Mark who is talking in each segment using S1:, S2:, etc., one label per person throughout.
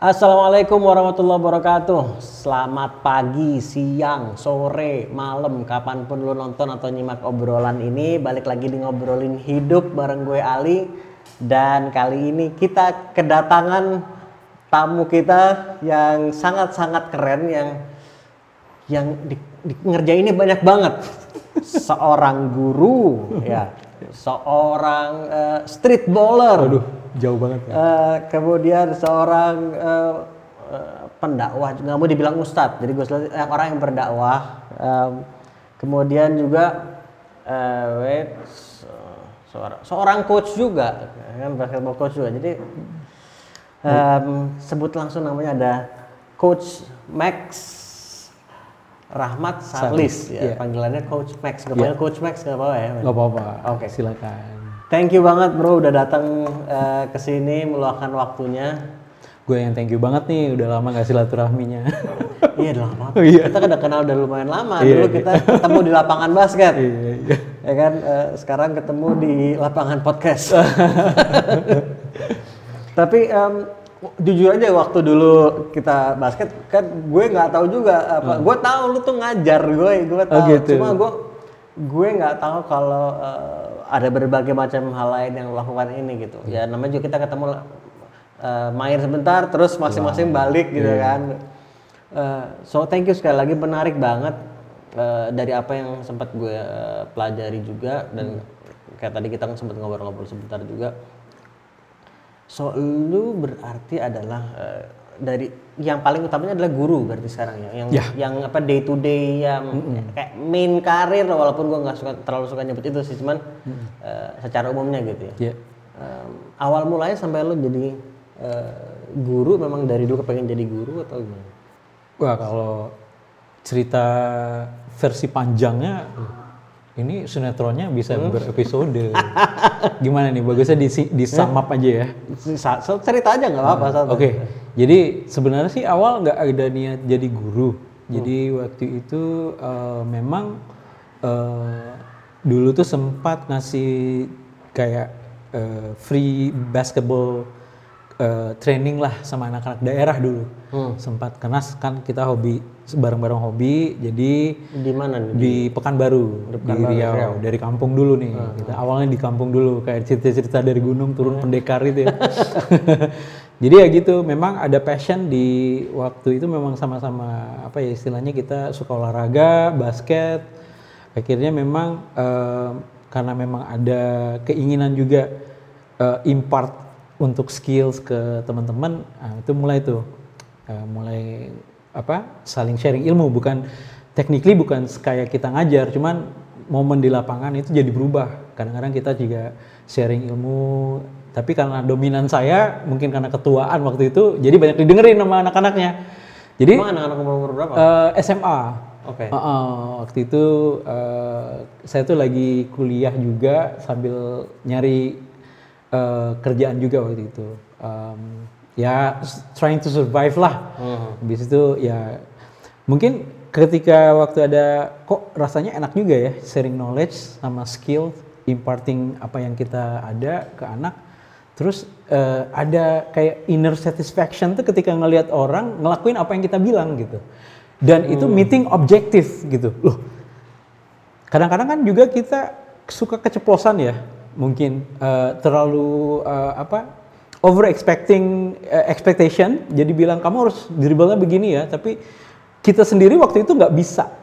S1: Assalamualaikum warahmatullahi wabarakatuh. Selamat pagi, siang, sore, malam, kapanpun lu nonton atau nyimak obrolan ini. Balik lagi di Ngobrolin Hidup bareng gue Ali. Dan kali ini kita kedatangan tamu kita yang sangat-sangat keren, yang ngerjainnya banyak banget. Seorang guru, ya, seorang street bowler.
S2: Aduh, jauh banget ya.
S1: Kemudian seorang pendakwah, nggak mau dibilang ustadz, jadi gue orang yang berdakwah. Kemudian juga seorang coach juga, kan basketball coach juga. Jadi sebut langsung namanya, ada Coach Max Rahmat Sarlis, ya. Panggilannya Coach Max, gak panggil Coach Max gak apa-apa ya?
S2: Gak apa-apa,
S1: Oke.
S2: Silakan.
S1: Thank you banget bro, udah datang ke sini meluangkan waktunya.
S2: Gue yang thank you banget nih, udah lama gak silaturahminya.
S1: Iya udah lama,
S2: Iya.
S1: Kita kan udah kenal udah lumayan lama,
S2: Iya,
S1: dulu kita ketemu di lapangan basket.
S2: Iya.
S1: Ya kan, sekarang ketemu di lapangan podcast. Tapi jujur aja waktu dulu kita basket kan gue nggak tahu juga apa. Gue tahu lu tuh ngajar, gue tahu.
S2: gitu.
S1: Cuma gue nggak tahu kalau ada berbagai macam hal lain yang melakukan ini gitu. Ya namanya juga kita ketemu main sebentar, terus masing-masing balik gitu kan. So thank you sekali lagi, menarik banget dari apa yang sempat gue pelajari juga, dan kayak tadi kita sempat ngobrol-ngobrol sebentar juga. So lu berarti adalah dari yang paling utamanya adalah guru berarti sekarang ya, yang apa day to day yang kayak main karir, walaupun gue nggak terlalu suka nyebut itu sih, cuman secara umumnya gitu ya. Awal mulanya sampai lu jadi guru memang dari dulu kepengen jadi guru atau gimana?
S2: Wah, kalau cerita versi panjangnya ini sinetronnya bisa berepisode. Gimana nih, bagusnya di sum up aja ya.
S1: Cerita aja nggak apa-apa.
S2: Oke. Jadi sebenarnya sih awal nggak ada niat jadi guru. Jadi waktu itu memang dulu tuh sempat ngasih kayak free basketball training lah sama anak-anak daerah dulu. Sempat, karena kan kita hobi, bareng-bareng hobi. Jadi
S1: di mana nih?
S2: Di Pekanbaru, di Riau. Dari kampung dulu nih. Kita awalnya di kampung dulu, kayak cerita-cerita dari gunung turun pendekar itu ya. Jadi ya gitu, memang ada passion di waktu itu, memang sama-sama apa ya istilahnya, kita suka olahraga, basket. Akhirnya memang karena memang ada keinginan juga impart untuk skills ke teman-teman, itu mulai tuh mulai apa, saling sharing ilmu, bukan technically bukan kayak kita ngajar, cuman momen di lapangan itu jadi berubah. Kadang-kadang kita juga sharing ilmu, tapi karena dominan saya, mungkin karena ketuaan waktu itu, jadi banyak didengerin sama anak-anaknya. Jadi
S1: anak-anak umur berapa?
S2: SMA.
S1: Oke.
S2: Waktu itu saya tuh lagi kuliah juga sambil nyari kerjaan juga waktu itu. Ya trying to survive lah. Habis itu ya mungkin ketika waktu ada, kok rasanya enak juga ya sharing knowledge sama skill, imparting apa yang kita ada ke anak. Terus ada kayak inner satisfaction tuh ketika ngelihat orang ngelakuin apa yang kita bilang gitu. Dan itu meeting objektif gitu. Loh, kadang-kadang kan juga kita suka keceplosan ya, mungkin terlalu over expectation, jadi bilang kamu harus dribblenya begini ya, tapi kita sendiri waktu itu nggak bisa.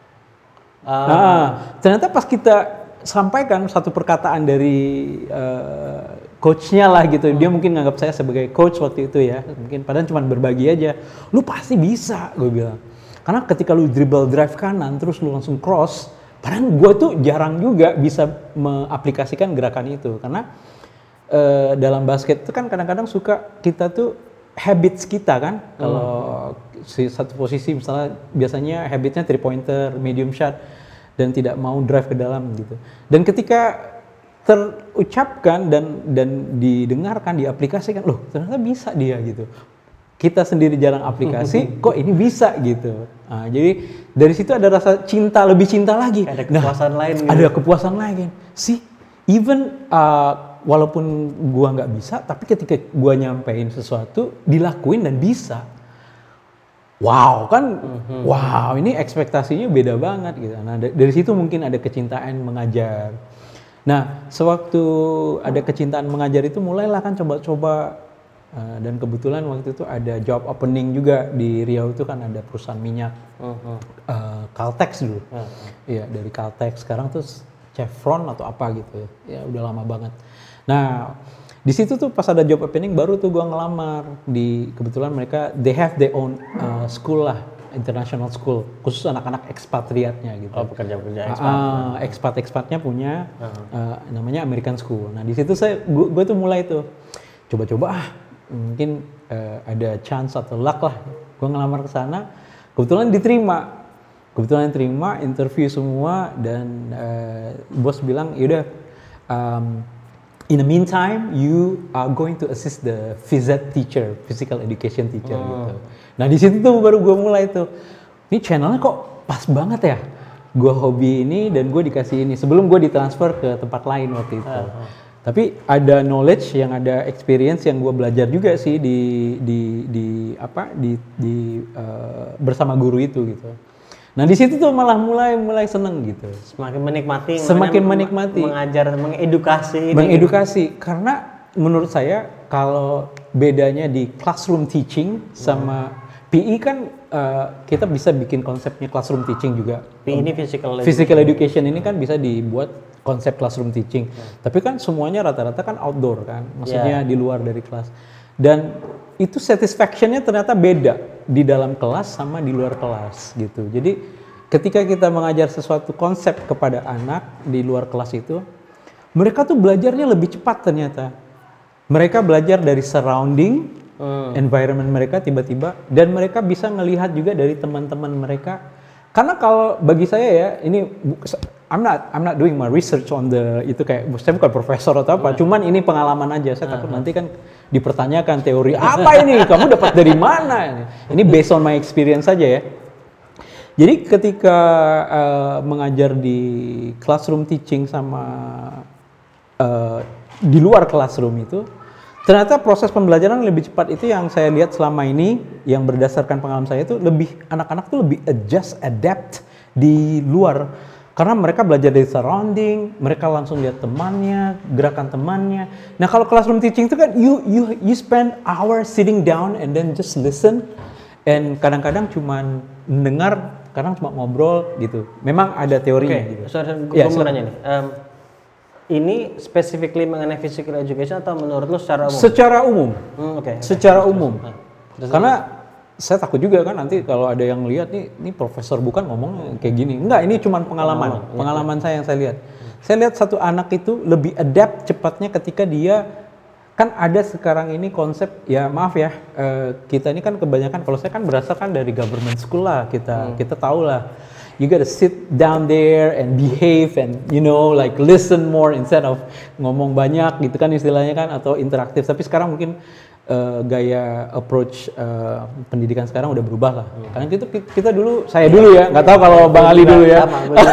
S2: Ternyata pas kita sampaikan satu perkataan dari coachnya lah gitu, dia mungkin nganggap saya sebagai coach waktu itu ya, mungkin padahal cuma berbagi aja, lu pasti bisa, gue bilang. Karena ketika lu dribble drive kanan terus lu langsung cross, padahal gue tuh jarang juga bisa mengaplikasikan gerakan itu, karena dalam basket itu kan kadang-kadang suka kita tuh habits kita kan, kalau satu posisi misalnya biasanya habitnya 3-pointer, medium shot, dan tidak mau drive ke dalam gitu. Dan ketika terucapkan dan didengarkan, diaplikasikan, loh ternyata bisa dia gitu. Kita sendiri jarang aplikasi, kok ini bisa gitu. Nah, jadi dari situ ada rasa cinta, lebih cinta lagi.
S1: Ada kepuasan lain. Gitu.
S2: Ada kepuasan lain. See, even walaupun gua nggak bisa, tapi ketika gua nyampein sesuatu dilakuin dan bisa, wow kan, wow ini ekspektasinya beda banget gitu. Nah dari situ mungkin ada kecintaan mengajar. Nah sewaktu ada kecintaan mengajar itu mulailah kan coba-coba. Dan kebetulan waktu itu ada job opening juga di Riau itu kan ada perusahaan minyak Caltex dulu, iya dari Caltex sekarang tuh Chevron atau apa gitu ya udah lama banget. Nah di situ tuh pas ada job opening baru tuh gua ngelamar di kebetulan mereka they have their own school lah, international school khusus anak-anak ekspatriatnya gitu.
S1: Oh pekerja-pekerja ekspat.
S2: Ekspatnya punya namanya American School. Nah di situ gue tuh mulai tuh coba-coba mungkin ada chance atau luck lah gue ngelamar ke sana, kebetulan diterima interview semua dan bos bilang yaudah in the meantime you are going to assist the phys ed teacher, physical education teacher gitu. Nah di situ tuh baru gue mulai tuh ini channelnya kok pas banget ya, gue hobi ini dan gue dikasih ini sebelum gue ditransfer ke tempat lain waktu itu. Tapi ada knowledge yang ada experience yang gue belajar juga sih bersama guru itu gitu. Nah di situ tuh malah mulai seneng gitu.
S1: Semakin menikmati mengajar, mengedukasi
S2: karena menurut saya kalau bedanya di classroom teaching sama PE kan kita bisa bikin konsepnya classroom teaching juga.
S1: PE ini
S2: physical education ini kan bisa dibuat konsep classroom teaching. Tapi kan semuanya rata-rata kan outdoor kan, maksudnya di luar dari kelas. Dan itu satisfaction-nya ternyata beda di dalam kelas sama di luar kelas gitu. Jadi ketika kita mengajar sesuatu konsep kepada anak di luar kelas itu, mereka tuh belajarnya lebih cepat ternyata. Mereka belajar dari surrounding, environment mereka tiba-tiba, dan mereka bisa ngelihat juga dari teman-teman mereka. Karena kalau bagi saya ya, ini I'm not doing my research on itu kayak saya bukan profesor atau apa, cuman ini pengalaman aja. Saya takut nanti kan dipertanyakan teori apa ini, kamu dapat dari mana? Ini based on my experience saja ya. Jadi ketika mengajar di classroom teaching sama di luar classroom itu, ternyata proses pembelajaran lebih cepat. Itu yang saya lihat selama ini, yang berdasarkan pengalaman saya itu anak-anak tuh lebih adapt di luar. Karena mereka belajar dari surrounding, mereka langsung lihat temannya, gerakan temannya. Nah kalau classroom teaching itu kan you spend hours sitting down and then just listen. And kadang-kadang cuma mendengar, kadang cuma ngobrol gitu. Memang ada teorinya gitu.
S1: Gue mau nanya nih. Ini specifically mengenai physical education atau menurut lo secara umum?
S2: Secara umum. Secara umum. Karena saya takut juga kan nanti kalau ada yang lihat ini profesor bukan ngomong kayak gini. Enggak, ini cuma pengalaman saya yang saya lihat. Saya lihat satu anak itu lebih adapt cepatnya ketika dia kan ada sekarang ini konsep ya maaf ya kita ini kan kebanyakan kalau saya kan berasal kan dari government school lah kita tahu lah. You gotta sit down there and behave and like listen more instead of ngomong banyak gitu kan istilahnya kan atau interaktif. Tapi sekarang mungkin gaya approach pendidikan sekarang udah berubah lah. Karena kita dulu, saya dulu ya, nggak tahu kalau Bang Ali dulu ya.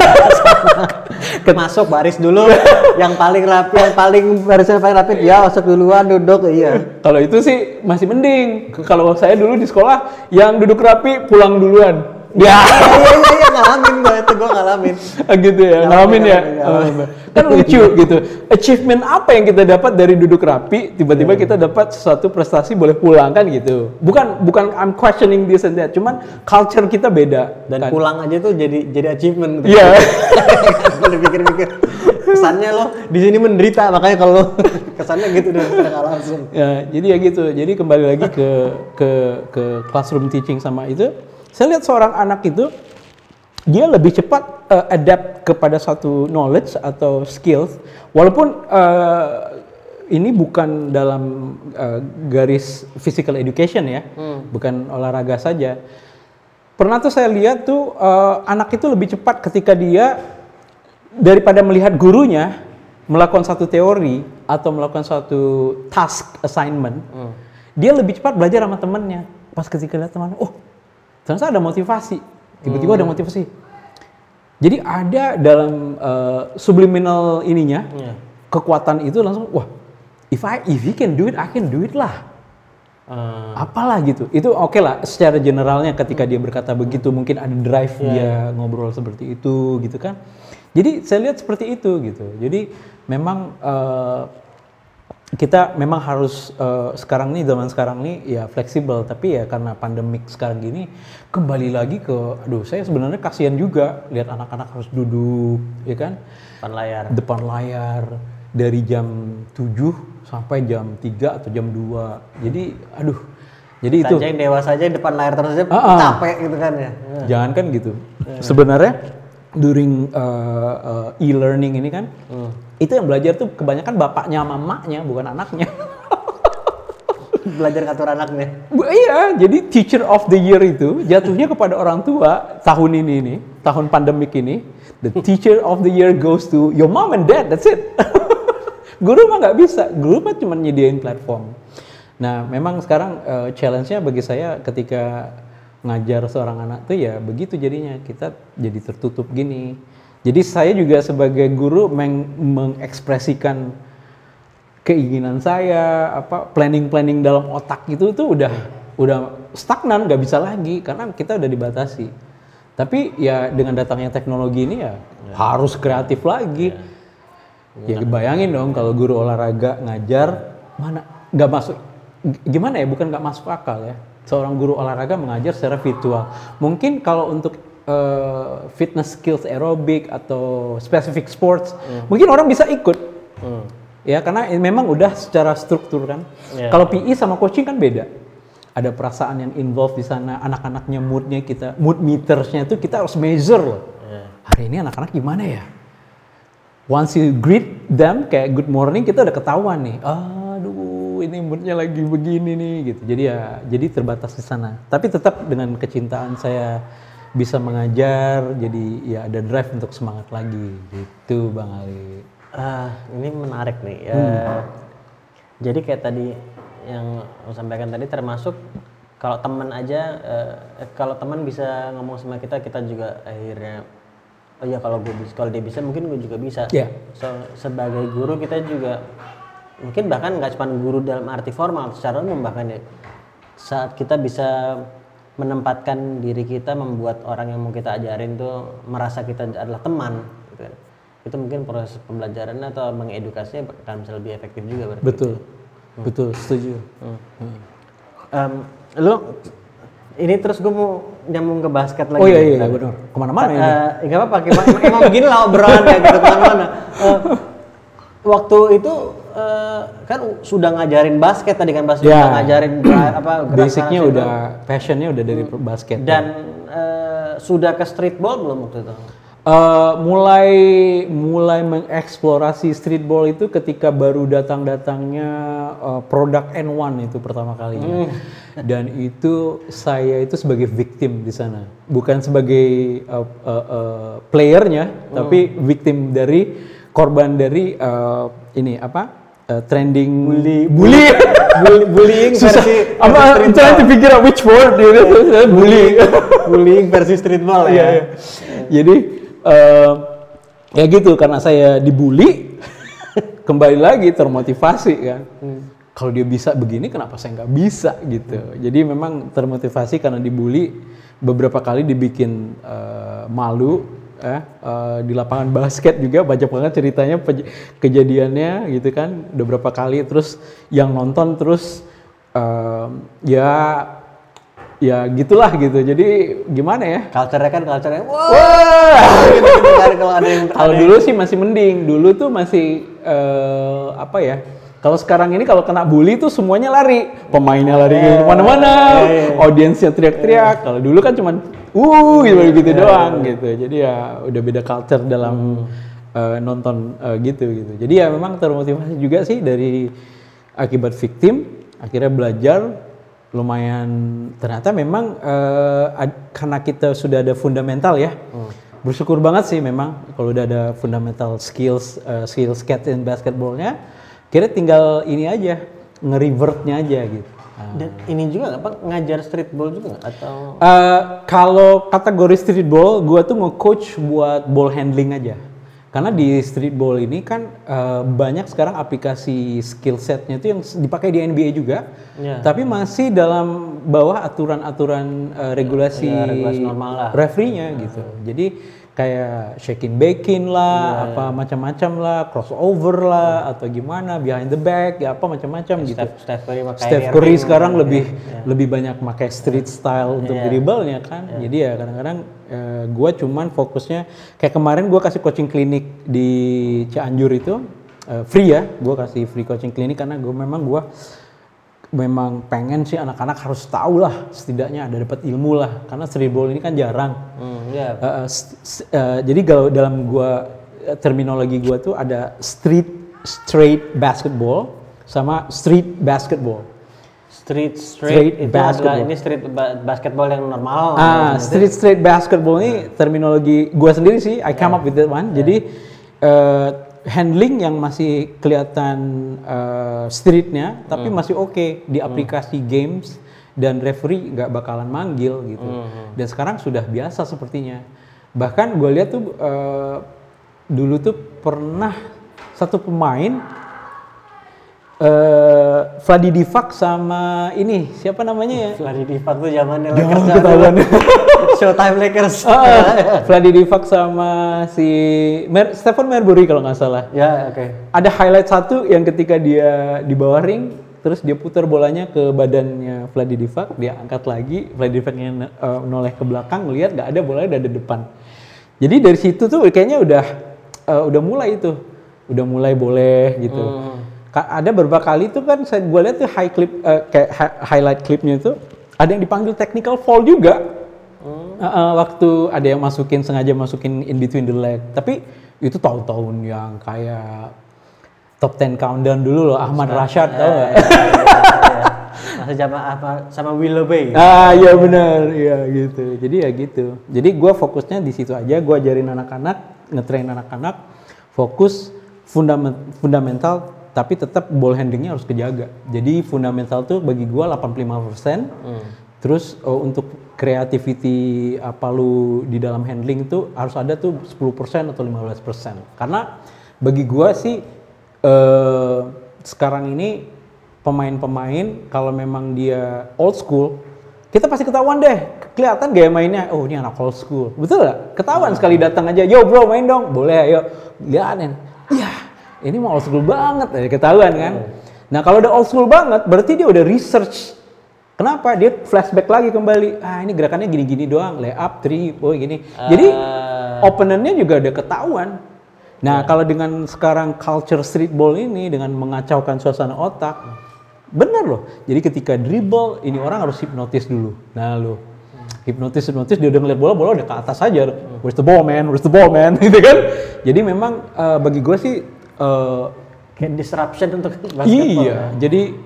S1: Masuk baris dulu, yang paling rapi, barisnya paling rapi, ya masuk duluan, duduk, iya.
S2: Kalau itu sih masih mending. Kalau saya dulu di sekolah, yang duduk rapi pulang duluan.
S1: Ya, iya ngalamin gue ngalamin.
S2: Gitu ya, ngalamin ya. Kan lucu gitu. Achievement apa yang kita dapat dari duduk rapi, tiba-tiba kita dapat sesuatu prestasi boleh pulang kan gitu. Bukan I'm questioning this and that, cuman culture kita beda.
S1: Dan kan? Pulang aja tuh jadi achievement.
S2: Iya.
S1: Kalau dipikir-pikir. Kesannya lo di sini menderita, makanya kalau kesannya gitu dan nggak langsung.
S2: Ya, jadi ya gitu. Jadi kembali lagi ke classroom teaching sama itu. Saya lihat seorang anak itu dia lebih cepat adapt kepada satu knowledge atau skills walaupun ini bukan dalam garis physical education ya, bukan olahraga saja. Pernah tuh saya lihat tuh anak itu lebih cepat ketika dia daripada melihat gurunya melakukan satu teori atau melakukan satu task assignment, dia lebih cepat belajar sama temannya. Pas ketika lihat teman, ternyata ada motivasi, tiba-tiba ada motivasi. Jadi ada dalam subliminal ininya, kekuatan itu langsung, wah if he can do it, I can do it lah. Apalah gitu. Itu oke lah secara generalnya ketika dia berkata begitu, mungkin ada drive dia ngobrol seperti itu gitu kan. Jadi saya lihat seperti itu gitu. Jadi memang kita memang harus sekarang nih, zaman sekarang nih ya fleksibel, tapi ya karena pandemik sekarang gini kembali lagi ke saya sebenarnya kasihan juga lihat anak-anak harus duduk ya kan depan layar dari jam 7 sampai jam 3 atau jam 2. Jadi jadi itu
S1: yang dewasa aja depan layar terus aja capek gitu kan ya.
S2: Jangan kan gitu. Sebenarnya during e-learning ini kan itu yang belajar tuh kebanyakan bapaknya sama emaknya, bukan anaknya.
S1: Belajar ngatur anaknya.
S2: Iya, jadi teacher of the year itu jatuhnya kepada orang tua tahun ini tahun pandemik ini. The teacher of the year goes to your mom and dad, that's it. Guru mah nggak bisa, guru mah cuma nyediain platform. Nah, memang sekarang challenge-nya bagi saya ketika ngajar seorang anak tuh ya begitu jadinya, kita jadi tertutup gini. Jadi saya juga sebagai guru mengekspresikan keinginan saya, planning dalam otak itu tuh udah stagnan, nggak bisa lagi karena kita udah dibatasi. Tapi ya dengan datangnya teknologi ini ya harus kreatif lagi. Ya bayangin dong kalau guru olahraga ngajar mana nggak masuk, gimana ya, bukan nggak masuk akal ya. Seorang guru olahraga mengajar secara virtual. Mungkin kalau untuk fitness skills aerobik atau specific sports, mungkin orang bisa ikut. Ya karena memang udah secara struktur kan. Kalau PE sama coaching kan beda. Ada perasaan yang involved di sana, anak-anaknya moodnya kita, mood metersnya itu kita harus measure loh. Hari ini anak-anak gimana ya? Once you greet them kayak good morning, kita udah ketahuan nih. Aduh, ini moodnya lagi begini nih gitu. Jadi terbatas di sana. Tapi tetap dengan kecintaan saya bisa mengajar, jadi ya ada drive untuk semangat lagi gitu Bang Ali.
S1: Ini menarik nih ya. Jadi kayak tadi yang aku sampaikan tadi, termasuk kalau teman aja, kalau teman bisa ngomong sama kita juga akhirnya oh ya kalau dia bisa mungkin gue juga bisa. So sebagai guru kita juga mungkin bahkan nggak cuma guru dalam arti formal, secara umum bahkan ya, saat kita bisa menempatkan diri kita, membuat orang yang mau kita ajarin tuh merasa kita adalah teman gitu kan. Itu mungkin proses pembelajarannya atau mengedukasinya akan bisa lebih efektif juga berarti.
S2: Betul, setuju.
S1: Lu ini terus gue mau nyambung ke basket lagi.
S2: Oh iya benar. Kemana-mana ini.
S1: Nggak apa-apa, emang begini lah obrolan ya gitu kemana-mana. Waktu itu kan sudah ngajarin basket tadi kan, sudah ngajarin
S2: basicnya udah, passionnya udah dari basket.
S1: Dan sudah ke streetball belum waktu itu?
S2: Mulai mengeksplorasi streetball itu ketika baru datangnya produk N1 itu pertama kalinya. Dan itu saya itu sebagai victim di sana, bukan sebagai playernya, tapi victim dari korban dari trending bullying versi I'm trying to figure out which word
S1: bullying versi streetball ya.
S2: Jadi ya gitu, karena saya dibully kembali lagi termotivasi kan. Kalau dia bisa begini kenapa saya nggak bisa gitu. Jadi memang termotivasi karena dibully, beberapa kali dibikin malu. Di lapangan basket juga banyak banget ceritanya kejadiannya gitu kan, udah berapa kali, terus yang nonton terus ya gitulah gitu. Jadi gimana ya,
S1: culture-nya wah gitu kan. Kalau
S2: dulu sih masih mending, dulu tuh masih kalau sekarang ini kalau kena bully tuh semuanya lari, pemainnya lari kemana-mana, audiensnya teriak-teriak. Kalau dulu kan cuman gitu doang gitu. Jadi ya udah beda culture dalam nonton gitu. Jadi ya memang termotivasi juga sih dari akibat victim, akhirnya belajar lumayan. Ternyata memang karena kita sudah ada fundamental ya. Bersyukur banget sih memang kalau udah ada fundamental skills in basketballnya. Kira tinggal ini aja, nge-revertnya aja gitu.
S1: Dan ini juga apa, ngajar streetball juga nggak? Atau
S2: kalau kategori streetball, gua tuh nge-coach buat ball handling aja. Karena di streetball ini kan banyak sekarang aplikasi skill setnya itu yang dipakai di NBA juga, tapi masih dalam bawah aturan-aturan regulasi
S1: normal lah.
S2: referee-nya gitu. Jadi kayak shaking baking lah, apa macam-macam lah, crossover lah, atau gimana behind the back, ya apa macam-macam gitu. Steph Curry sekarang lebih banyak pakai street style untuk dribble-nya kan. Jadi ya kadang-kadang gue cuman fokusnya kayak kemarin gue kasih coaching klinik di Cianjur itu free ya, gue kasih free coaching klinik karena gue memang pengen sih anak-anak harus tahu lah, setidaknya ada dapat ilmu lah, karena streetball ini kan jarang. Jadi kalau dalam terminologi gua tuh ada straight basketball sama street basketball.
S1: Straight basketball. Ini street basketball yang normal.
S2: Straight basketball ini terminologi gua sendiri sih, I come up with that one. Jadi handling yang masih kelihatan streetnya, tapi masih oke di aplikasi games dan referee nggak bakalan manggil gitu. Dan sekarang sudah biasa sepertinya. Bahkan gue lihat tuh dulu tuh pernah satu pemain Vladi Divac sama ini siapa namanya ya?
S1: Vladi Divac tuh zamannya Lakers Showtime Lakers.
S2: Vladi Divac sama si Stephen Marbury kalau nggak salah.
S1: Ya, oke.
S2: Ada highlight satu yang ketika dia di bawah ring, terus dia putar bolanya ke badannya Vladi Divac, dia angkat lagi, Vladi Divacnya noleh ke belakang, ngelihat nggak ada, bolanya udah ada depan. Jadi dari situ tuh kayaknya udah mulai boleh gitu. Ada beberapa kali tuh kan gue lihat tuh highlight clipnya itu ada yang dipanggil technical foul juga. Waktu ada yang sengaja masukin in between the leg. Tapi itu tahun-tahun yang kayak top 10 countdown dulu loh, Ahmad Rashad tau nggak?
S1: Masih sama Willoughby.
S2: Iya benar, iya gitu. Jadi ya gitu. Jadi gue fokusnya di situ aja. Gue ajarin anak-anak, ngetrain anak-anak, fokus fundamental, tapi tetap ball handlingnya harus kejaga. Jadi fundamental tuh bagi gue 85%. Terus untuk creativity apa lu di dalam handling tuh harus ada tuh 10% atau 15%. Karena bagi gue sih sekarang ini pemain-pemain kalau memang dia old school, kita pasti ketahuan deh, kelihatan gaya mainnya, oh ini anak old school, betul nggak? Ketahuan sekali datang aja, yo bro main dong, boleh ayo, lihatin, iya ini mau old school banget, ketahuan kan? Nah kalau udah old school banget, berarti dia udah research. Kenapa? Dia flashback lagi kembali, ini gerakannya gini-gini doang, layup, three, gini. Jadi opponentnya juga udah ketahuan. Nah, kalau dengan sekarang culture streetball ini dengan mengacaukan suasana otak, benar loh. Jadi ketika dribble, ini orang harus hipnotis dulu. Nah, lo hipnotis dia udah ngeliat bola udah ke atas aja. Where's the ball man? Gitu kan? Jadi memang bagi gue sih
S1: kayak disruption untuk basketball.
S2: Iya, jadi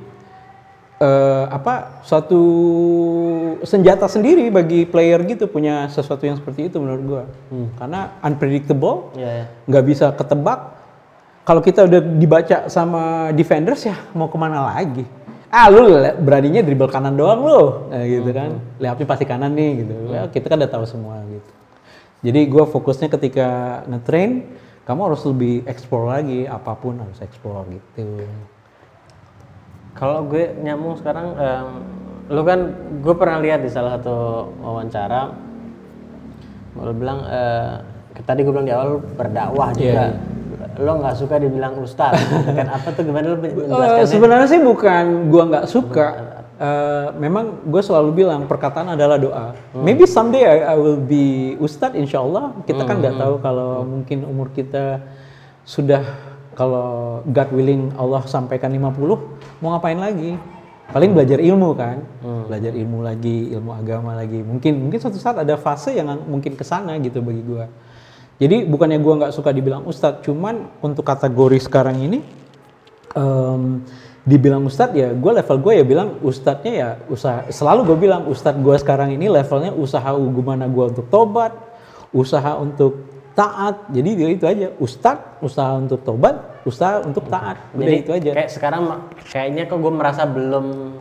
S2: suatu senjata sendiri bagi player gitu, punya sesuatu yang seperti itu menurut gua. Karena unpredictable, nggak bisa ketebak. Kalau kita udah dibaca sama defenders ya mau kemana lagi? Lu beraninya dribble kanan doang lu, gitu kan? Layupnya pasti kanan nih gitu. Kita kan udah tahu semua gitu. Jadi gua fokusnya ketika ngetrain, kamu harus lebih explore lagi, apapun harus explore gitu.
S1: Kalau gue nyambung sekarang, lu kan gue pernah lihat di salah satu wawancara, lu bilang tadi gue bilang di awal berdakwah juga. Lo nggak suka dibilang ustadz, kan apa tuh gimana lo menjelaskannya?
S2: Sebenarnya sih bukan gue nggak suka, memang gue selalu bilang perkataan adalah doa. Maybe someday I will be ustadz, insya Allah. Kita kan nggak tahu kalau mungkin umur kita sudah. Kalau God willing Allah sampaikan 50, mau ngapain lagi? Paling belajar ilmu kan, belajar ilmu lagi, ilmu agama lagi. Mungkin suatu saat ada fase yang mungkin kesana gitu bagi gue. Jadi bukannya gue nggak suka dibilang ustadz, cuman untuk kategori sekarang ini, dibilang ustadz ya, gue level gue ya bilang ustadznya ya usaha. Selalu gue bilang ustadz gue sekarang ini levelnya usaha gimana gue untuk tobat, usaha untuk taat. Jadi dia itu aja, ustadz, usaha untuk tobat, usaha untuk taat. Udah
S1: jadi
S2: itu aja.
S1: Kayak sekarang kayaknya kok gue merasa belum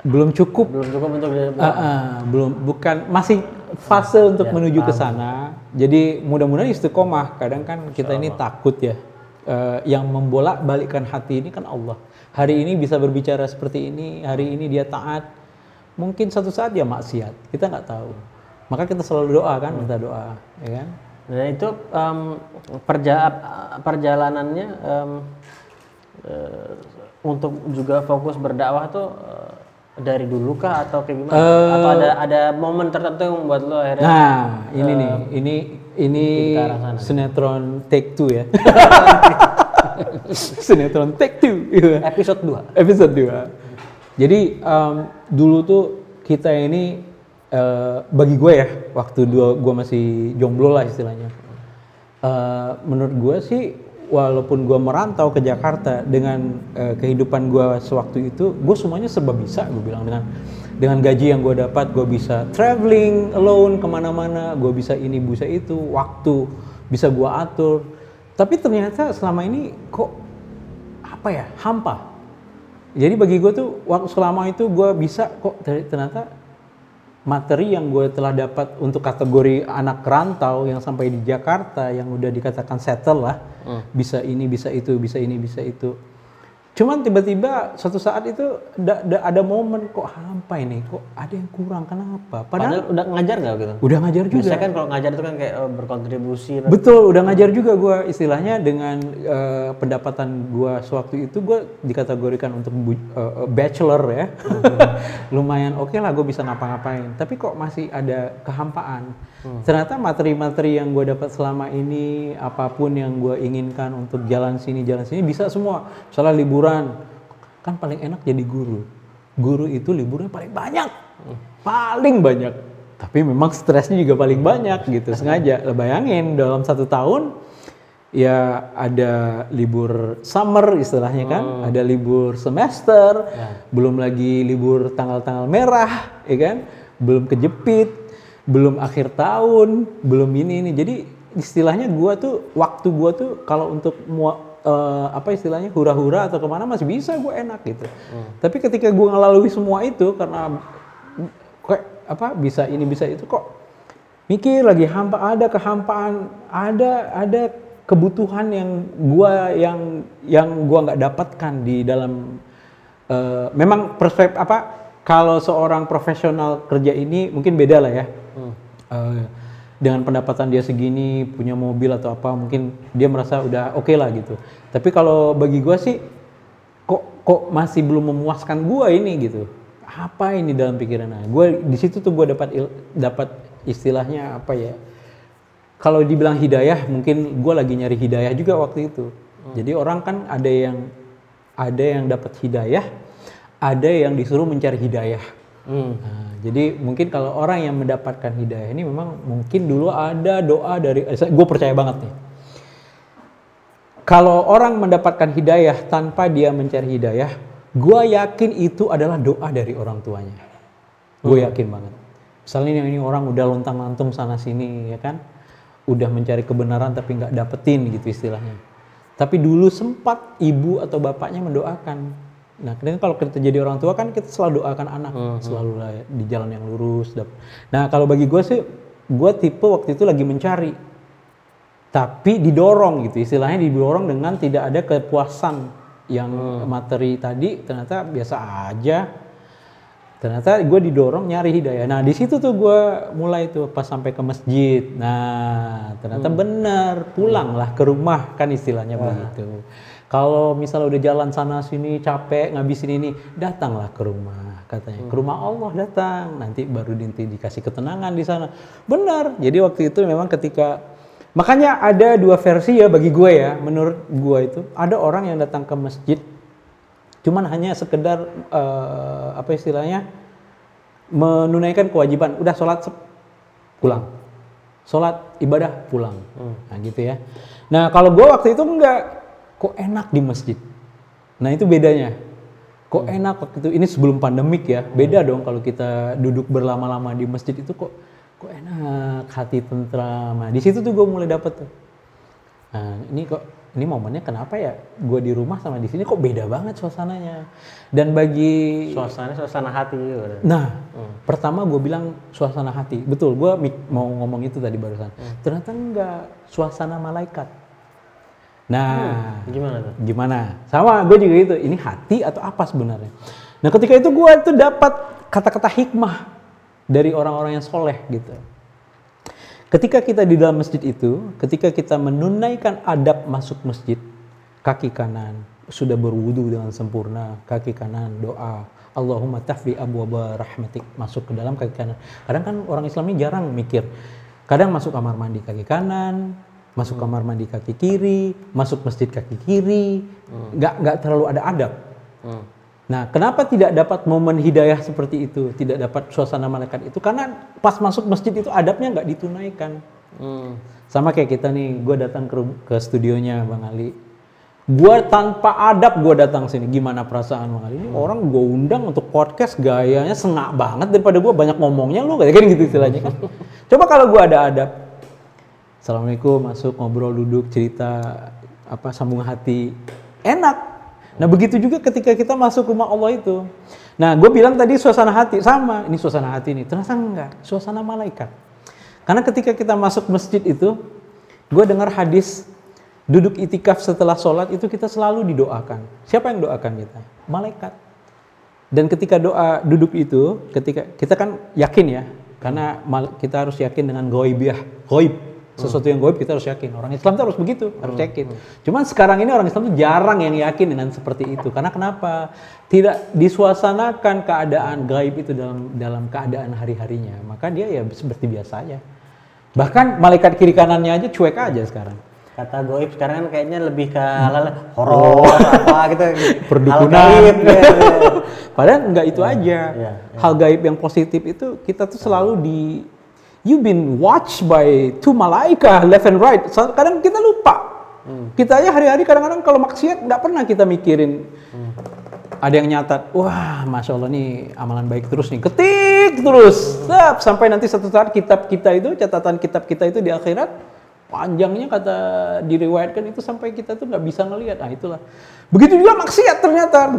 S2: cukup
S1: untuk
S2: bukan masih fase untuk menuju ke sana. Jadi mudah-mudahan istiqomah. Kadang kan kita ini takut ya. Yang membolak-balikkan hati ini kan Allah. Hari ini bisa berbicara seperti ini, hari ini dia taat. Mungkin satu saat dia maksiat. Kita nggak tahu. Maka kita selalu doa kan, minta doa, ya kan?
S1: Dan itu perjalanannya untuk juga fokus berdakwah tuh dari dulu kah atau kayak gimana? Atau ada momen tertentu yang membuat lo akhirnya?
S2: Nah, ini sinetron Take Two ya. Sinetron Take Two.
S1: Episode 2.
S2: Episode 2. Jadi dulu tuh kita ini bagi gue ya, waktu gue masih jomblo lah istilahnya. Menurut gue sih, walaupun gue merantau ke Jakarta dengan kehidupan gue sewaktu itu, gue semuanya serba bisa. Gue bilang dengan gaji yang gue dapat, gue bisa traveling alone kemana-mana, gue bisa ini, bisa itu, waktu bisa gue atur. Tapi ternyata selama ini kok apa ya, hampa. Jadi bagi gue tuh waktu selama itu gue bisa kok ternyata materi yang gue telah dapat untuk kategori anak rantau yang sampai di Jakarta yang udah dikatakan settle lah, bisa ini, bisa itu, bisa ini, bisa itu. Cuman tiba-tiba suatu saat itu ada momen kok hampa ini, kok ada yang kurang, kenapa?
S1: Padahal udah ngajar nggak gitu?
S2: Udah ngajar juga.
S1: Biasanya kan kalau ngajar itu kan kayak berkontribusi.
S2: Betul, udah ngajar juga gue istilahnya dengan pendapatan gue sewaktu itu gue dikategorikan untuk bachelor ya. Lumayan oke lah, gue bisa ngapa-ngapain. Tapi kok masih ada kehampaan. Ternyata materi-materi yang gue dapat selama ini, apapun yang gue inginkan untuk jalan sini bisa semua. Misalnya liburan, kan paling enak jadi guru. Guru itu liburnya paling banyak, tapi memang stresnya juga paling banyak gitu. Sengaja, bayangin dalam 1 tahun ya ada libur summer istilahnya kan, ada libur semester, belum lagi libur tanggal-tanggal merah, ya kan, belum kejepit, belum akhir tahun, belum ini. Jadi istilahnya waktu gua tuh kalau untuk apa istilahnya hura-hura atau kemana masih bisa gue enak gitu. Tapi ketika gue ngelalui semua itu karena kayak apa bisa ini bisa itu kok mikir lagi ada kehampaan, ada kebutuhan yang gue nggak dapatkan di dalam memang perspektif kalau seorang profesional kerja ini mungkin beda lah ya. Dengan pendapatan dia segini, punya mobil atau apa, mungkin dia merasa udah oke lah gitu. Tapi kalau bagi gue sih, kok masih belum memuaskan gue ini gitu. Apa ini dalam pikiran gue? Di situ tuh gue dapat istilahnya apa ya? Kalau dibilang hidayah, mungkin gue lagi nyari hidayah juga waktu itu. Jadi orang kan ada yang dapat hidayah, ada yang disuruh mencari hidayah. Nah, jadi mungkin kalau orang yang mendapatkan hidayah ini memang mungkin dulu ada doa dari, gue percaya banget nih. Kalau orang mendapatkan hidayah tanpa dia mencari hidayah, gue yakin itu adalah doa dari orang tuanya. Gue yakin banget. Misalnya ini orang udah lontang-lantung sana sini ya kan, udah mencari kebenaran tapi nggak dapetin gitu istilahnya. Tapi dulu sempat ibu atau bapaknya mendoakan. Nah, kalau kita jadi orang tua kan kita selalu doakan anak, selalu di jalan yang lurus. Nah, kalau bagi gue sih, gue tipe waktu itu lagi mencari, tapi didorong gitu, istilahnya didorong dengan tidak ada kepuasan yang materi tadi ternyata biasa aja. Ternyata gue didorong nyari hidayah. Nah, di situ tuh gue mulai tuh pas sampai ke masjid. Nah, ternyata benar pulanglah ke rumah kan istilahnya begitu. Kalau misalnya udah jalan sana sini capek ngabisin ini, datanglah ke rumah katanya. Ke rumah Allah datang, nanti baru dikasih ketenangan di sana. Benar. Jadi waktu itu memang makanya ada 2 versi ya bagi gue ya. Menurut gue itu ada orang yang datang ke masjid cuman hanya sekedar apa istilahnya menunaikan kewajiban. Udah sholat pulang. Sholat ibadah pulang. Nah gitu ya. Nah kalau gue waktu itu enggak. Kok enak di masjid? Nah itu bedanya. Kok enak waktu itu, ini sebelum pandemik ya, beda dong kalau kita duduk berlama-lama di masjid itu kok enak, hati tentram. Nah di situ tuh gue mulai dapet tuh. Nah ini kok ini momennya kenapa ya gue di rumah sama di sini kok beda banget suasananya. Dan bagi
S1: suasana hati gitu.
S2: Nah, pertama gue bilang suasana hati. Betul, gue mau ngomong itu tadi barusan. Ternyata enggak, suasana malaikat. Nah,
S1: gimana tuh?
S2: Gimana? Sama, gue juga gitu. Ini hati atau apa sebenarnya? Nah, ketika itu gue tuh dapat kata-kata hikmah dari orang-orang yang soleh gitu. Ketika kita di dalam masjid itu, ketika kita menunaikan adab masuk masjid, kaki kanan sudah berwudu dengan sempurna, kaki kanan doa, Allahumma tahfi abwaba rahmatik, masuk ke dalam kaki kanan. Kadang kan orang Islam ini jarang mikir. Kadang masuk kamar mandi kaki kanan, masuk kamar mandi kaki kiri, masuk masjid kaki kiri, nggak terlalu ada adab. Nah, kenapa tidak dapat momen hidayah seperti itu, tidak dapat suasana malaikat itu? Karena pas masuk masjid itu adabnya nggak ditunaikan. Sama kayak kita nih, gue datang ke studionya Bang Ali. Gue tanpa adab gue datang sini, gimana perasaan Bang Ali? Ini orang gue undang untuk podcast gayanya sengak banget daripada gue banyak ngomongnya, lu kayak gitu istilahnya kan. Coba kalau gue ada adab, Assalamualaikum, masuk ngobrol duduk cerita apa sambung hati, enak. Nah begitu juga ketika kita masuk rumah Allah itu. Nah gue bilang tadi suasana hati, sama ini suasana hati ini, ternyata enggak, suasana malaikat. Karena ketika kita masuk masjid itu, gue dengar hadis duduk itikaf setelah sholat itu kita selalu didoakan. Siapa yang doakan kita? Malaikat. Dan ketika doa duduk itu, ketika kita kan yakin ya, karena kita harus yakin dengan ghaibiyah, ghaib. Sesuatu yang gaib kita harus yakin. Orang Islam itu harus begitu, harus yakin. Cuman sekarang ini orang Islam itu jarang yang yakin dengan seperti itu. Karena kenapa? Tidak disuasanakan keadaan gaib itu dalam keadaan hari-harinya. Maka dia ya seperti biasa aja. Bahkan malaikat kiri kanannya aja cuek aja sekarang.
S1: Kata gaib sekarang kan kayaknya lebih ke horor apa gitu.
S2: Perdukunan. Padahal enggak itu aja. Hal gaib yang positif itu kita tuh selalu you've been watched by two malaikat left and right. Kadang kita lupa. Kita aja hari-hari kadang-kadang kalau maksiat nggak pernah kita mikirin. Ada yang nyatat, wah masya Allah nih amalan baik terus nih. Ketik terus. Sampai nanti satu saat catatan kitab kita itu di akhirat panjangnya kata diriwayatkan itu sampai kita tuh nggak bisa ngelihat. Nah itulah. Begitu juga maksiat ternyata.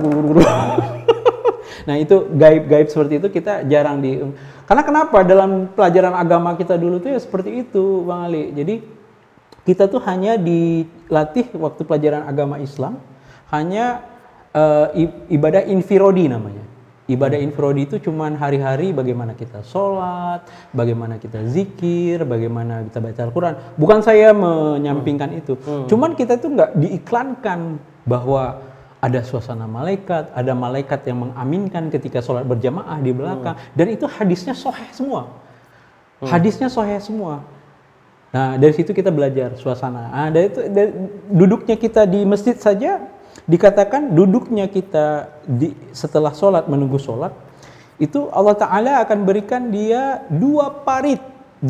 S2: Nah itu gaib-gaib seperti itu kita jarang karena kenapa dalam pelajaran agama kita dulu tuh ya seperti itu Bang Ali. Jadi kita tuh hanya dilatih waktu pelajaran agama Islam hanya ibadah infirodi namanya. Ibadah infirodi itu cuman hari-hari bagaimana kita sholat, bagaimana kita zikir, bagaimana kita baca Al-Quran. Bukan saya menyampingkan itu. Cuman kita tuh nggak diiklankan bahwa ada suasana malaikat, ada malaikat yang mengaminkan ketika sholat berjamaah di belakang. Dan itu hadisnya sahih semua. Hadisnya sahih semua. Nah dari situ kita belajar suasana. Nah, dari duduknya kita di masjid saja, dikatakan duduknya kita setelah sholat, menunggu sholat, itu Allah Ta'ala akan berikan dia dua parit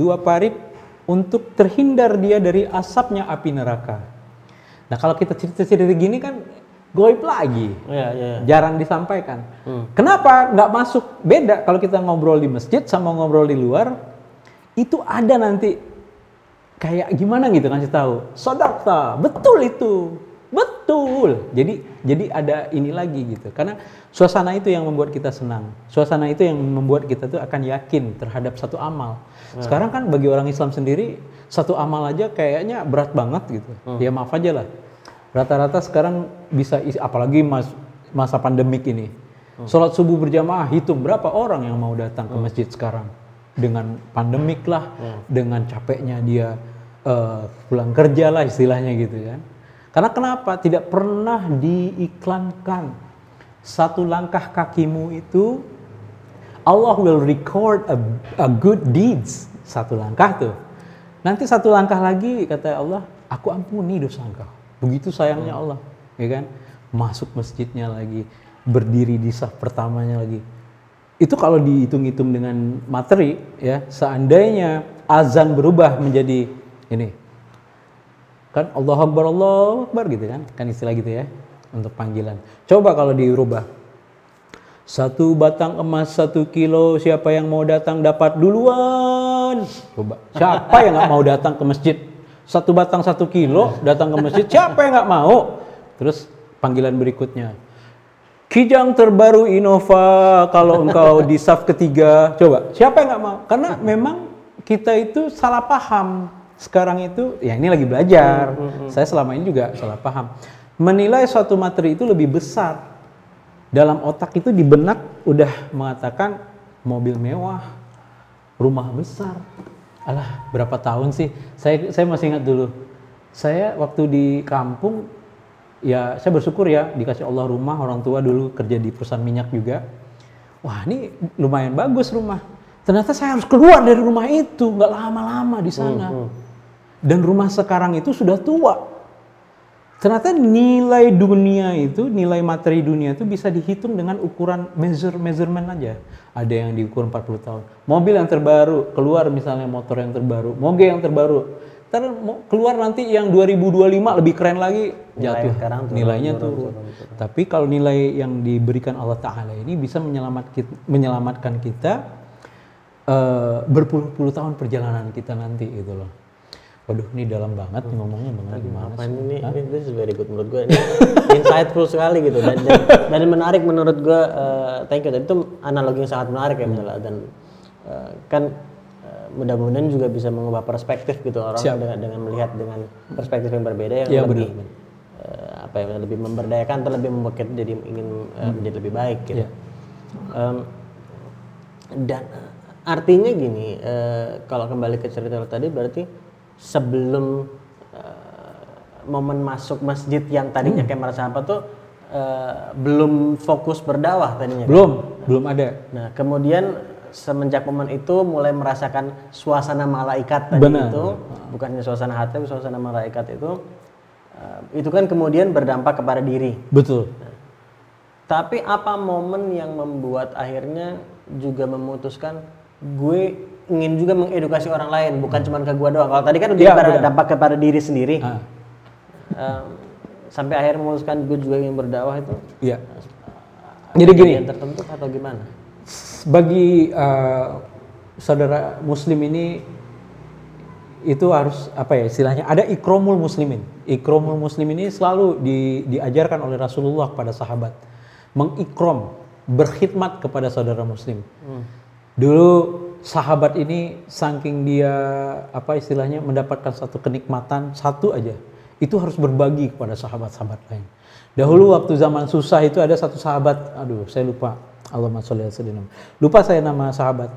S2: untuk terhindar dia dari asapnya api neraka. Nah kalau kita cerita-cerita gini kan, gaib lagi, jarang disampaikan. Kenapa nggak masuk? Beda kalau kita ngobrol di masjid sama ngobrol di luar, itu ada nanti kayak gimana gitu ngasih tahu. Sodakta, betul itu, betul. Jadi ada ini lagi gitu. Karena suasana itu yang membuat kita senang. Suasana itu yang membuat kita tuh akan yakin terhadap satu amal. Sekarang kan bagi orang Islam sendiri satu amal aja kayaknya berat banget gitu. Ya maaf aja lah. Rata-rata sekarang bisa apalagi masa pandemik ini. Sholat subuh berjamaah, hitung berapa orang yang mau datang ke masjid sekarang. Dengan pandemik lah, dengan capeknya dia pulang kerja lah istilahnya gitu kan. Karena kenapa? Tidak pernah diiklankan satu langkah kakimu itu Allah will record a good deeds. Satu langkah tuh. Nanti satu langkah lagi kata Allah, aku ampuni dosa engkau. Begitu sayangnya Allah, ya kan? Masuk masjidnya lagi, berdiri di saf pertamanya lagi. Itu kalau dihitung-hitung dengan materi, ya, seandainya azan berubah menjadi ini, kan Allahu Akbar gitu kan istilah gitu ya untuk panggilan. Coba kalau dirubah, 1 batang emas 1 kilo, siapa yang mau datang dapat duluan. Coba, siapa yang nggak mau datang ke masjid? 1 batang 1 kilo, datang ke masjid, siapa yang nggak mau? Terus panggilan berikutnya, Kijang terbaru Innova kalau engkau di saf ketiga, coba siapa yang nggak mau? Karena memang kita itu salah paham. Sekarang itu, ya ini lagi belajar, saya selama ini juga salah paham. Menilai suatu materi itu lebih besar. Dalam otak itu di benak udah mengatakan mobil mewah, rumah besar. Alah, berapa tahun sih? Saya masih ingat dulu. Saya waktu di kampung, ya saya bersyukur ya dikasih Allah rumah, orang tua dulu kerja di perusahaan minyak juga. Wah, ini lumayan bagus rumah. Ternyata saya harus keluar dari rumah itu, nggak lama-lama di sana. Dan rumah sekarang itu sudah tua. Ternyata nilai dunia itu, nilai materi dunia itu bisa dihitung dengan ukuran measurement aja. Ada yang diukur 40 tahun. Mobil yang terbaru, keluar misalnya motor yang terbaru, moge yang terbaru. Keluar nanti yang 2025 lebih keren lagi, jatuh. Nilainya turun. Tapi kalau nilai yang diberikan Allah Ta'ala ini bisa menyelamatkan kita berpuluh-puluh tahun perjalanan kita nanti gitu loh. Waduh, ini dalam banget ngomongnya Bang. Gimana sih?
S1: Ini this is very good menurut gue. Ini insightful sekali gitu dan menarik menurut gue. Thank you. Itu analogi yang sangat menarik ya misalnya dan kan mudah-mudahan juga bisa mengubah perspektif gitu orang dengan melihat dengan perspektif yang berbeda yang lebih lebih memberdayakan atau lebih membuat kita jadi ingin menjadi lebih baik gitu. Dan artinya gini, kalau kembali ke cerita tadi berarti sebelum momen masuk masjid yang tadinya kayak merasa apa tuh belum fokus berdakwah tadinya.
S2: Belum ada.
S1: Nah, kemudian semenjak momen itu mulai merasakan suasana malaikat tadi. Benar. Itu bukannya suasana hati tapi suasana malaikat itu kan kemudian berdampak kepada diri.
S2: Betul.
S1: Nah, tapi apa momen yang membuat akhirnya juga memutuskan gue ingin juga mengedukasi orang lain, bukan cuma ke gua doang. Kalau tadi kan udah berdampak kepada diri sendiri. Sampai akhirnya memutuskan gue juga ingin berdakwah itu. Iya.
S2: Jadi gini.
S1: Yang tertentu atau gimana?
S2: Bagi saudara muslim ini itu harus apa ya istilahnya? Ada ikromul muslimin. Ikromul muslim ini selalu diajarkan oleh Rasulullah kepada sahabat. Mengikrom, berkhidmat kepada saudara muslim. Dulu sahabat ini saking dia apa istilahnya mendapatkan satu kenikmatan satu aja itu harus berbagi kepada sahabat-sahabat lain. Dahulu waktu zaman susah itu ada satu sahabat, aduh saya lupa, Allahumma sholli ala sayyidina, lupa saya nama sahabat.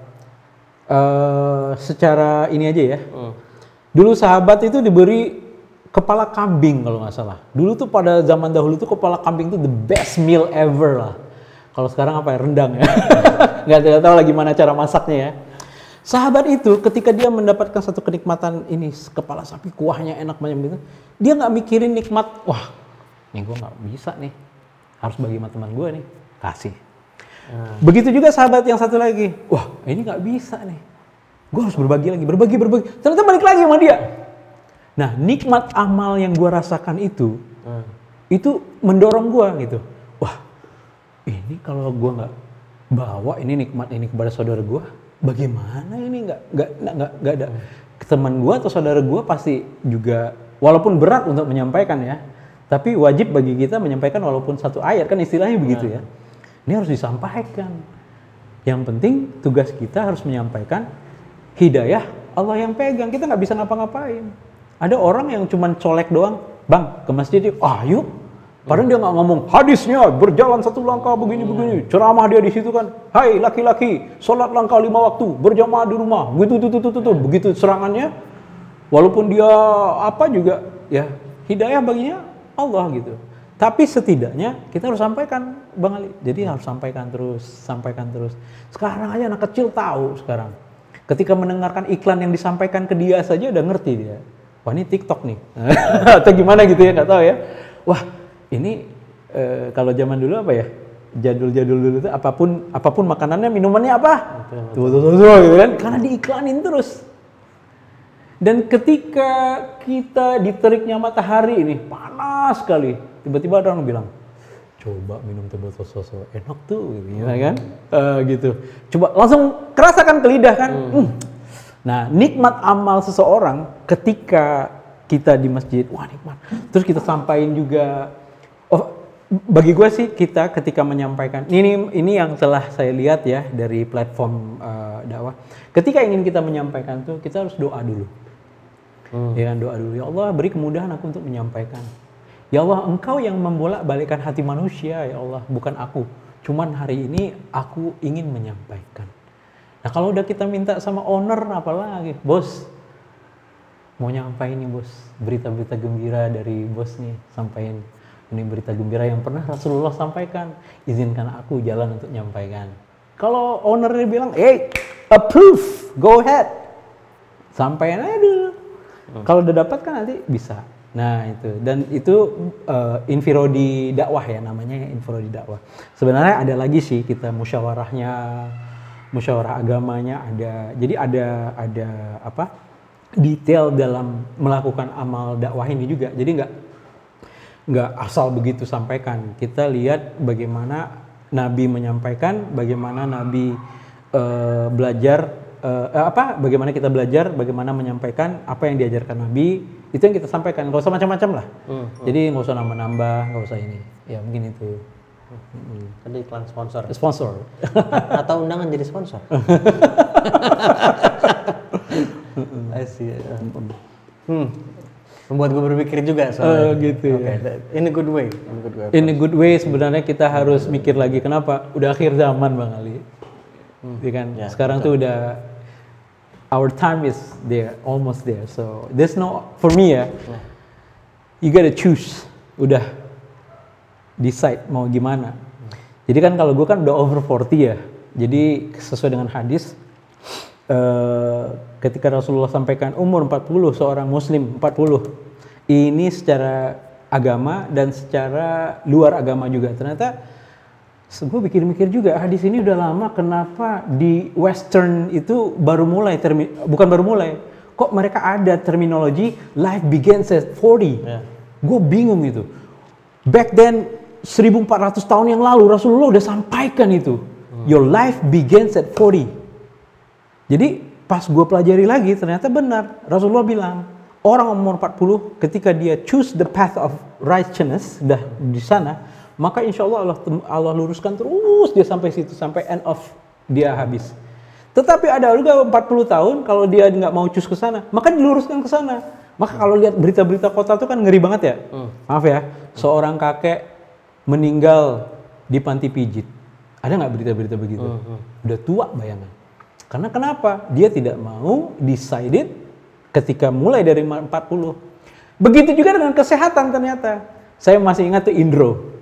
S2: Secara ini aja ya. Dulu sahabat itu diberi kepala kambing kalau nggak salah. Dulu tuh pada zaman dahulu tuh kepala kambing itu the best meal ever lah. Kalau sekarang apa ya, rendang ya. Nggak tahu lagi mana cara masaknya ya. Sahabat itu ketika dia mendapatkan satu kenikmatan ini, kepala sapi kuahnya enak banyak gitu, dia nggak mikirin nikmat, wah ini gue nggak bisa nih, harus bagi sama teman gue nih, kasih. Begitu juga sahabat yang satu lagi, wah ini nggak bisa nih, gue harus berbagi lagi, berbagi, ternyata balik lagi sama dia. Nah nikmat amal yang gue rasakan itu mendorong gue gitu, wah ini kalau gue nggak bawa ini nikmat ini kepada saudara gue, bagaimana ini nggak ada teman gue atau saudara gue pasti juga walaupun berat untuk menyampaikan ya, tapi wajib bagi kita menyampaikan walaupun satu ayat kan istilahnya begitu ya. Ini harus disampaikan. Yang penting tugas kita harus menyampaikan hidayah Allah yang pegang, kita nggak bisa ngapa-ngapain. Ada orang yang cuman colek doang, bang ke masjid yuk, yuk. Padahal dia nggak ngomong hadisnya berjalan satu langkah begini, ceramah dia di situ kan, hai laki-laki, sholat langkah 5 waktu, berjamaah di rumah, begitu serangannya, walaupun dia apa juga, ya hidayah baginya Allah gitu. Tapi setidaknya kita harus sampaikan, Bang Ali. Jadi harus sampaikan terus. Sekarang aja anak kecil tahu sekarang. Ketika mendengarkan iklan yang disampaikan ke dia saja udah ngerti dia. Wah ini TikTok nih, atau gimana gitu ya, nggak tahu ya. Wah ini kalau zaman dulu apa ya, jadul dulu tuh apapun makanannya minumannya apa tuh gitu kan, karena diiklanin terus. Dan ketika kita di teriknya matahari ini panas sekali, tiba-tiba ada orang bilang coba minum teh botol soso enak tuh gitu kan, gitu coba langsung kerasakan ke lidah kan. Nah nikmat amal seseorang ketika kita di masjid, wah nikmat. Terus kita sampaikan juga, bagi gue sih kita ketika menyampaikan, ini yang telah saya lihat ya dari platform dakwah. Ketika ingin kita menyampaikan tuh kita harus doa dulu. Ya kan, doa dulu. Ya Allah, beri kemudahan aku untuk menyampaikan. Ya Allah, Engkau yang membolak-balikkan hati manusia, ya Allah, bukan aku. Cuman hari ini aku ingin menyampaikan. Nah, kalau udah kita minta sama owner apalagi, bos. Mau nyampain nih, bos. Berita-berita gembira dari bos nih, sampaikan. Ini berita gembira yang pernah Rasulullah sampaikan. Izinkan aku jalan untuk nyampaikan. Kalau ownernya bilang, hey, approve, go ahead. Sampaikan aja dulu. Kalau udah dapat kan nanti bisa. Nah itu, dan itu infirodi dakwah ya, namanya infirodi dakwah. Sebenarnya ada lagi sih kita musyawarahnya, musyawarah agamanya ada. Jadi ada apa? Detail dalam melakukan amal dakwah ini juga. Jadi nggak asal begitu sampaikan. Kita lihat bagaimana Nabi menyampaikan, bagaimana Nabi belajar bagaimana kita belajar, bagaimana menyampaikan apa yang diajarkan Nabi, itu yang kita sampaikan. Nggak usah macam-macam lah. Jadi nggak usah nambah-nambah, nggak usah ini. Ya mungkin itu.
S1: Tadi iklan sponsor.
S2: Sponsor.
S1: Atau undangan jadi sponsor. I see. Membuat gue berpikir juga soalnya.
S2: Gitu.
S1: Okay. In a good way.
S2: In a good way sebenarnya kita harus mikir lagi, kenapa? Udah akhir zaman Bang Ali. Kan? Ya, sekarang betul. Tuh udah our time is there, almost there. So there's no, for me ya, you gotta choose. Udah decide mau gimana. Jadi kan kalau gue kan udah over 40 ya. Jadi sesuai dengan hadis, ketika Rasulullah sampaikan umur 40 seorang muslim 40. Ini secara agama dan secara luar agama juga. Ternyata gue pikir-mikir juga, hadis ini udah lama, kenapa di Western itu baru mulai, bukan baru mulai, kok mereka ada terminologi life begins at 40. Yeah. Gue bingung itu. Back then 1400 tahun yang lalu Rasulullah udah sampaikan itu. Your life begins at 40. Jadi pas gue pelajari lagi ternyata benar. Rasulullah bilang orang umur 40 ketika dia choose the path of righteousness, dah di sana, maka insya Allah luruskan terus dia sampai situ, sampai end of dia habis. Tetapi ada juga 40 tahun kalau dia nggak mau cus ke sana, maka diluruskan ke sana. Maka kalau lihat berita-berita kota itu kan ngeri banget ya. Maaf ya, seorang kakek meninggal di panti pijit. Ada nggak berita-berita begitu? Udah tua bayangan. Karena kenapa? Dia tidak mau decided ketika mulai dari 40. Begitu juga dengan kesehatan ternyata. Saya masih ingat tuh Indro,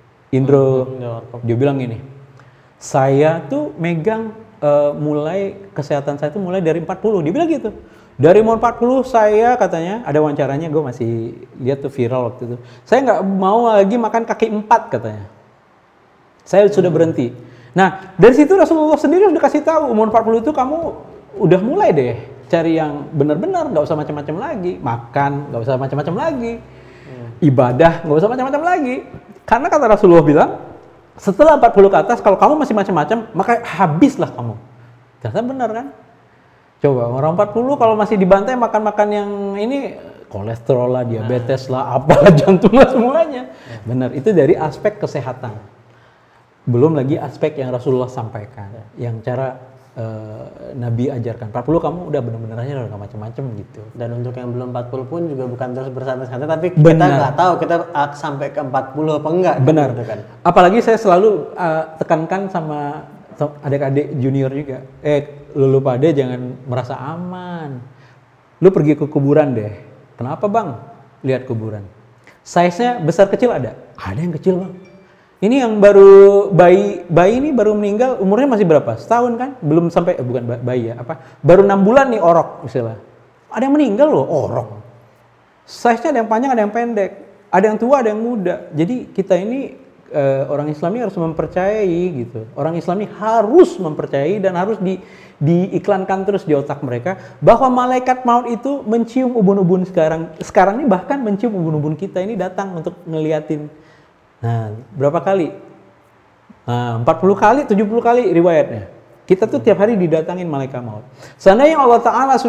S2: dia bilang gini, saya tuh megang mulai kesehatan saya tuh mulai dari 40, dia bilang gitu. Dari umur 40 saya katanya, ada wawancaranya, gue masih lihat tuh viral waktu itu. Saya nggak mau lagi makan kaki 4 katanya. Saya sudah berhenti. Nah dari situ Rasulullah sendiri udah kasih tahu umur 40 itu kamu udah mulai deh cari yang benar-benar, nggak usah macam-macam lagi, makan nggak usah macam-macam lagi, ibadah nggak usah macam-macam lagi. Karena kata Rasulullah bilang, setelah 40 ke atas, kalau kamu masih macam-macam, maka habislah kamu. Ternyata benar kan? Coba, orang 40 kalau masih dibantai makan-makan yang ini, kolesterol lah, diabetes lah, apalah, jantung lah, semuanya. Benar, itu dari aspek kesehatan. Belum lagi aspek yang Rasulullah sampaikan, yang cara Nabi ajarkan. 40 kamu udah benar-benar aja udah macam-macam gitu.
S1: Dan untuk yang belum 40 pun juga bukan terus bersantai-santai, tapi kita nggak tahu kita sampai ke 40 apa enggak.
S2: Benar.
S1: Gitu kan.
S2: Apalagi saya selalu tekankan sama adik-adik junior juga. Lu pada jangan merasa aman. Lu pergi ke kuburan deh. Kenapa bang? Lihat kuburan. Size-nya besar kecil ada? Ada yang kecil bang. Ini yang baru bayi ini baru meninggal, umurnya masih berapa? Setahun kan? Belum sampai, bukan bayi ya, baru 6 bulan nih orok misalnya. Ada yang meninggal loh, orok. Size-nya ada yang panjang, ada yang pendek. Ada yang tua, ada yang muda. Jadi kita ini orang Islami harus mempercayai gitu. Orang Islami harus mempercayai dan harus diiklankan terus di otak mereka bahwa malaikat maut itu mencium ubun-ubun sekarang ini, bahkan mencium ubun-ubun kita ini datang untuk ngeliatin. Nah, berapa kali? 40 kali, 70 kali riwayatnya. Kita tuh tiap hari didatangin malaikat maut. Seandainya Allah Ta'ala sudah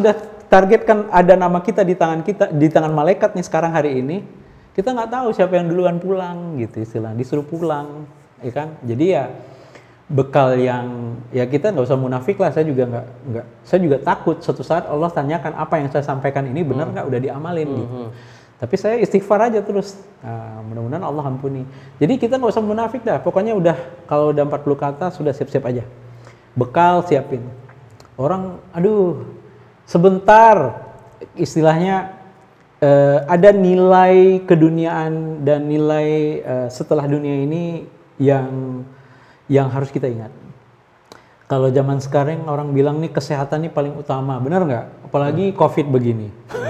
S2: targetkan ada nama kita, di tangan malaikat nih sekarang hari ini, kita nggak tahu siapa yang duluan pulang gitu istilahnya, disuruh pulang, ya kan? Jadi ya bekal yang ya kita nggak usah munafik lah. Saya juga takut suatu saat Allah tanyakan apa yang saya sampaikan ini benar nggak, udah diamalin gitu. Tapi saya istighfar aja terus. Nah, mudah-mudahan Allah ampuni. Jadi kita nggak usah munafik dah. Pokoknya udah kalau udah 40 kata sudah siap-siap aja. Bekal siapin. Orang aduh sebentar istilahnya ada nilai keduniaan dan nilai setelah dunia ini yang harus kita ingat. Kalau zaman sekarang orang bilang nih kesehatan nih paling utama, benar nggak? Apalagi COVID begini.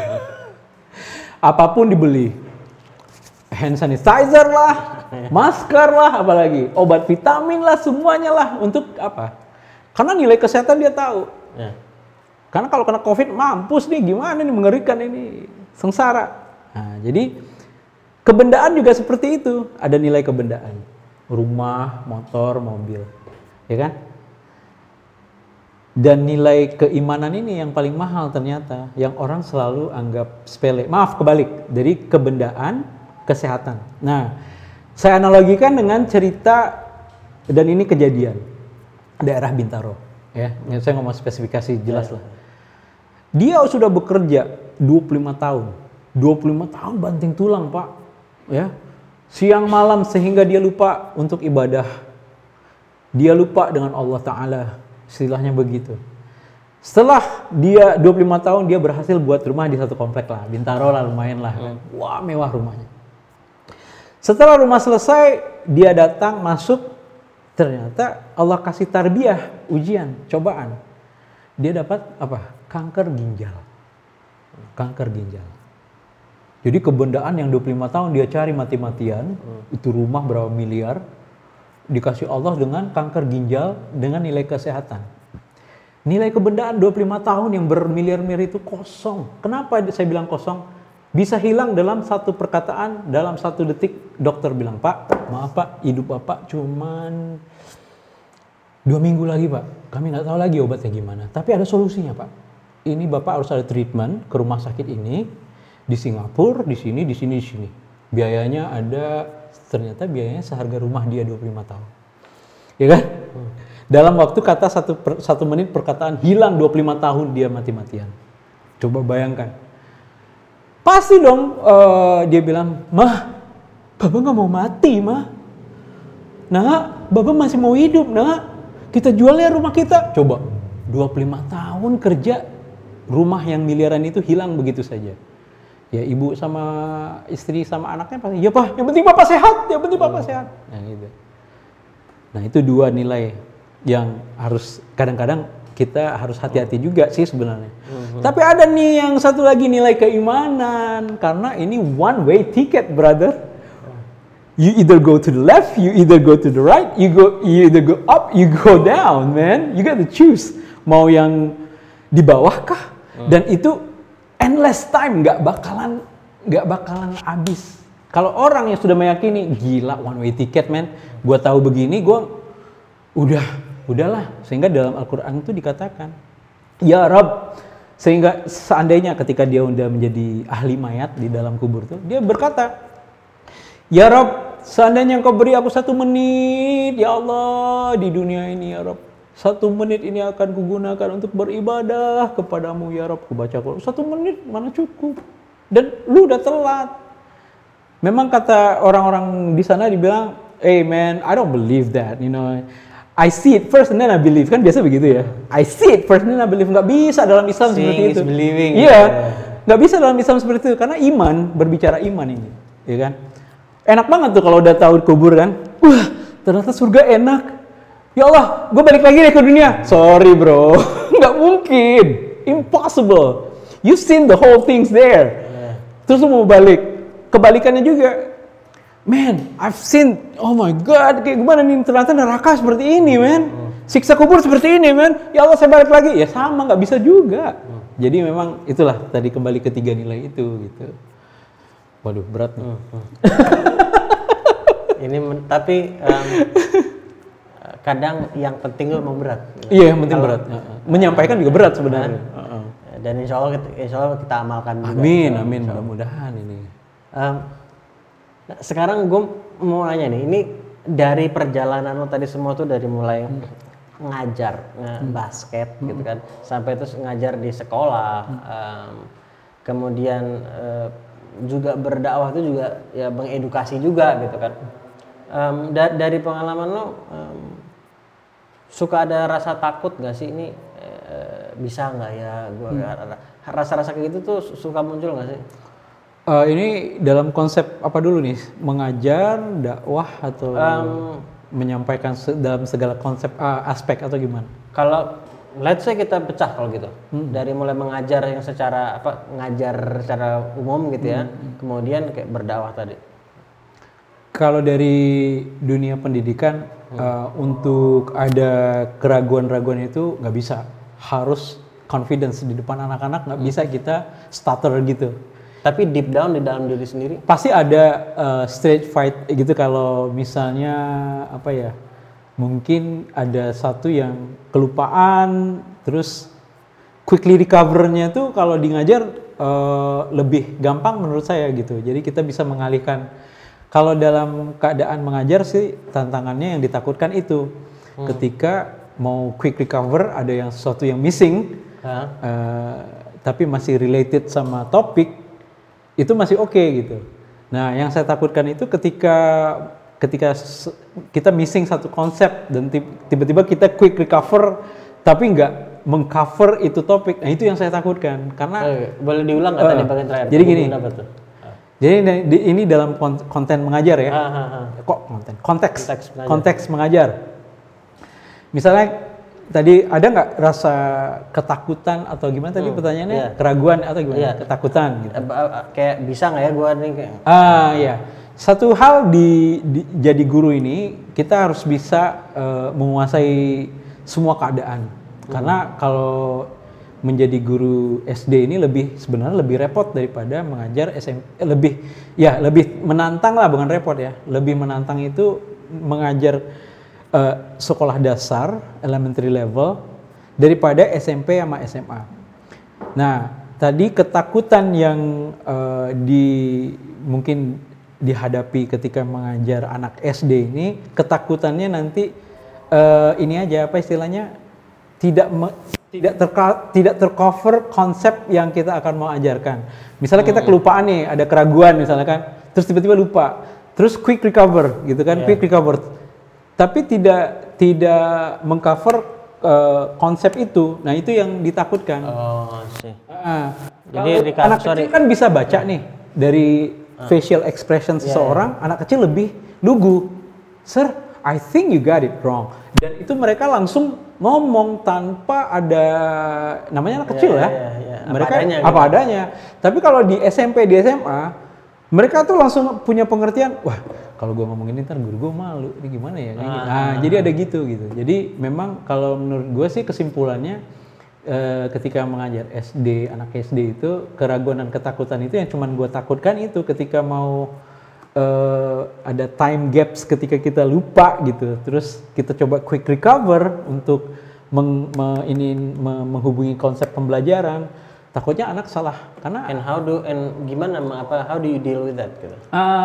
S2: Apapun dibeli, hand sanitizer lah, masker lah, apalagi obat vitamin lah, semuanya lah. Untuk apa? Karena nilai kesehatan dia tahu. Karena kalau kena COVID mampus nih, gimana nih, mengerikan ini. Sengsara. Nah, jadi kebendaan juga seperti itu, ada nilai kebendaan. Rumah, motor, mobil, ya kan? Dan nilai keimanan ini yang paling mahal ternyata, yang orang selalu anggap sepele. Maaf, kebalik, dari kebendaan, kesehatan. Nah, saya analogikan dengan cerita, dan ini kejadian daerah Bintaro, ya. Saya ngomong spesifikasi jelas lah. Dia sudah bekerja 25 tahun. 25 tahun banting tulang, Pak. Ya. Siang malam sehingga dia lupa untuk ibadah. Dia lupa dengan Allah Ta'ala. Istilahnya begitu. Setelah dia 25 tahun, dia berhasil buat rumah di satu komplek lah. Bintaro lah, lumayan lah. Wah, mewah rumahnya. Setelah rumah selesai, dia datang, masuk. Ternyata Allah kasih tarbiyah, ujian, cobaan. Dia dapat apa? Kanker ginjal. Kanker ginjal. Jadi kebendaan yang 25 tahun dia cari mati-matian, itu rumah berapa miliar, dikasih Allah dengan kanker ginjal dengan nilai kesehatan. Nilai kebendaan 25 tahun yang bermiliar-miliar itu kosong. Kenapa saya bilang kosong? Bisa hilang dalam satu perkataan, dalam 1 detik. Dokter bilang, Pak, maaf Pak, hidup Bapak cuman 2 minggu lagi Pak. Kami nggak tahu lagi obatnya gimana. Tapi ada solusinya Pak. Ini Bapak harus ada treatment ke rumah sakit ini, di Singapura, di sini, di sini, di sini. Biayanya ada, ternyata biayanya seharga rumah dia 25 tahun. Ya kan? Dalam waktu kata 1 menit perkataan, hilang 25 tahun dia mati-matian. Coba bayangkan. Pasti dong dia bilang, Mah, Bapak nggak mau mati, Mah. Nah, Bapak masih mau hidup, nah. Kita jual ya rumah kita. Coba, 25 tahun kerja, rumah yang miliaran itu hilang begitu saja. Ya ibu sama istri sama anaknya pasti, ya Pak, yang penting Bapak sehat, yang penting Bapak sehat. Nah gitu. Nah itu 2 nilai yang harus kadang-kadang kita harus hati-hati juga sih sebenarnya. Tapi ada nih yang satu lagi, nilai keimanan, karena ini one way ticket, brother. You either go to the left, you either go to the right, you either go up, you go down, man. You got to choose. Mau yang di bawah kah? Dan itu endless time, nggak bakalan habis. Kalau orang yang sudah meyakini, gila one way ticket, man. Gua tahu begini, gua udahlah. Sehingga dalam Al-Quran itu dikatakan, ya Rabb. Sehingga seandainya ketika dia udah menjadi ahli mayat di dalam kubur tuh, dia berkata, ya Rabb, seandainya Engkau beri aku 1 menit, ya Allah, di dunia ini, ya Rabb. 1 menit ini akan kugunakan untuk beribadah kepadamu, ya Rabb. Kubaca Quran, 1 menit mana cukup. Dan lu udah telat. Memang kata orang-orang di sana dibilang, hey man, I don't believe that, you know. I see it first and then I believe. Kan biasa begitu ya. I see it first and then I believe. Nggak bisa dalam Islam seperti itu. Iya, nggak bisa dalam Islam seperti itu. Karena iman, berbicara iman ini. Ya kan? Enak banget tuh kalau udah tahu kubur kan. Wah, ternyata surga enak. Ya Allah, gue balik lagi deh ke dunia. Sorry bro, nggak mungkin. Impossible. You've seen the whole things there. Terus lu mau balik. Kebalikannya juga. Man, I've seen, oh my God, kayak gimana nih, ternyata neraka seperti ini, man. Siksa kubur seperti ini, man. Ya Allah, saya balik lagi. Ya sama, nggak bisa juga. Jadi memang itulah, tadi kembali ke 3 nilai itu, gitu. Waduh, berat nih.
S1: Ini, tapi kadang yang penting itu memang berat.
S2: Iya, yang penting berat. Menyampaikan juga berat sebenarnya.
S1: Dan insya Allah kita amalkan juga.
S2: Amin, mudah-mudahan ini.
S1: Nah, sekarang gue mau nanya nih, ini dari perjalanan lo tadi semua tuh dari mulai ngajar basket gitu kan, sampai terus ngajar di sekolah, kemudian juga berdakwah itu juga ya mengedukasi juga gitu kan. Dari pengalaman lo, suka ada rasa takut nggak sih ini bisa nggak ya gue rasa-rasa kayak gitu tuh suka muncul nggak sih?
S2: Ini dalam konsep apa dulu nih? Mengajar, dakwah atau menyampaikan dalam segala konsep aspek atau gimana?
S1: Kalau let's say kita pecah kalau gitu. Dari mulai mengajar yang secara ngajar secara umum gitu ya. Kemudian kayak berdakwah tadi.
S2: Kalau dari dunia pendidikan untuk ada keraguan-raguan itu nggak bisa. Harus confidence di depan anak-anak, nggak bisa kita stutter gitu.
S1: Tapi deep down di dalam diri sendiri
S2: pasti ada straight fight gitu. Kalau misalnya mungkin ada satu yang kelupaan, terus quickly recovernya tuh kalau di ngajar lebih gampang menurut saya gitu. Jadi kita bisa mengalihkan. Kalau dalam keadaan mengajar sih tantangannya yang ditakutkan itu ketika mau quick recover ada yang sesuatu yang missing tapi masih related sama topik, itu masih oke gitu. Nah, yang saya takutkan itu ketika kita missing satu konsep dan tiba-tiba kita quick recover tapi nggak mengcover itu topik. Nah, itu yang saya takutkan karena
S1: boleh diulang nggak tadi bagian terakhir?
S2: Jadi gini. Jadi ini dalam konten mengajar ya. Kok konteks mengajar. Misalnya tadi ada nggak rasa ketakutan atau gimana tadi pertanyaannya? Keraguan atau gimana? Ketakutan gitu.
S1: Kayak bisa nggak ya gua nih kayak.
S2: Iya. Satu hal jadi guru ini kita harus bisa menguasai semua keadaan. Karena kalau menjadi guru SD ini sebenarnya lebih repot daripada mengajar SMP. Lebih menantang lah, bukan repot ya. Lebih menantang itu mengajar sekolah dasar, elementary level, daripada SMP sama SMA. Nah, tadi ketakutan yang mungkin dihadapi ketika mengajar anak SD ini, ketakutannya nanti ini aja apa istilahnya, tidak tercover konsep yang kita akan mau ajarkan. Misalnya kita kelupaan nih, ada keraguan misalnya kan, terus tiba-tiba lupa, terus quick recover gitu kan, quick recover. Tapi tidak mengcover konsep itu. Nah, itu yang ditakutkan. Jadi anak kecil kan bisa baca nih dari facial expression seseorang, anak kecil lebih lugu. Sir, I think you got it wrong. Dan itu mereka langsung ngomong tanpa ada, namanya anak kecil ya. Mereka apa adanya. Tapi kalau di SMP, di SMA, mereka tuh langsung punya pengertian, wah, kalau gue ngomong ini ntar guru gue malu, ini gimana ya? Jadi ada gitu. Jadi memang kalau menurut gue sih kesimpulannya ketika mengajar SD, anak SD itu keraguan dan ketakutan itu yang cuman gue takutkan itu ketika mau ada time gaps ketika kita lupa gitu, terus kita coba quick recover untuk menghubungi konsep pembelajaran. Takutnya anak salah karena
S1: how do you deal with that gitu?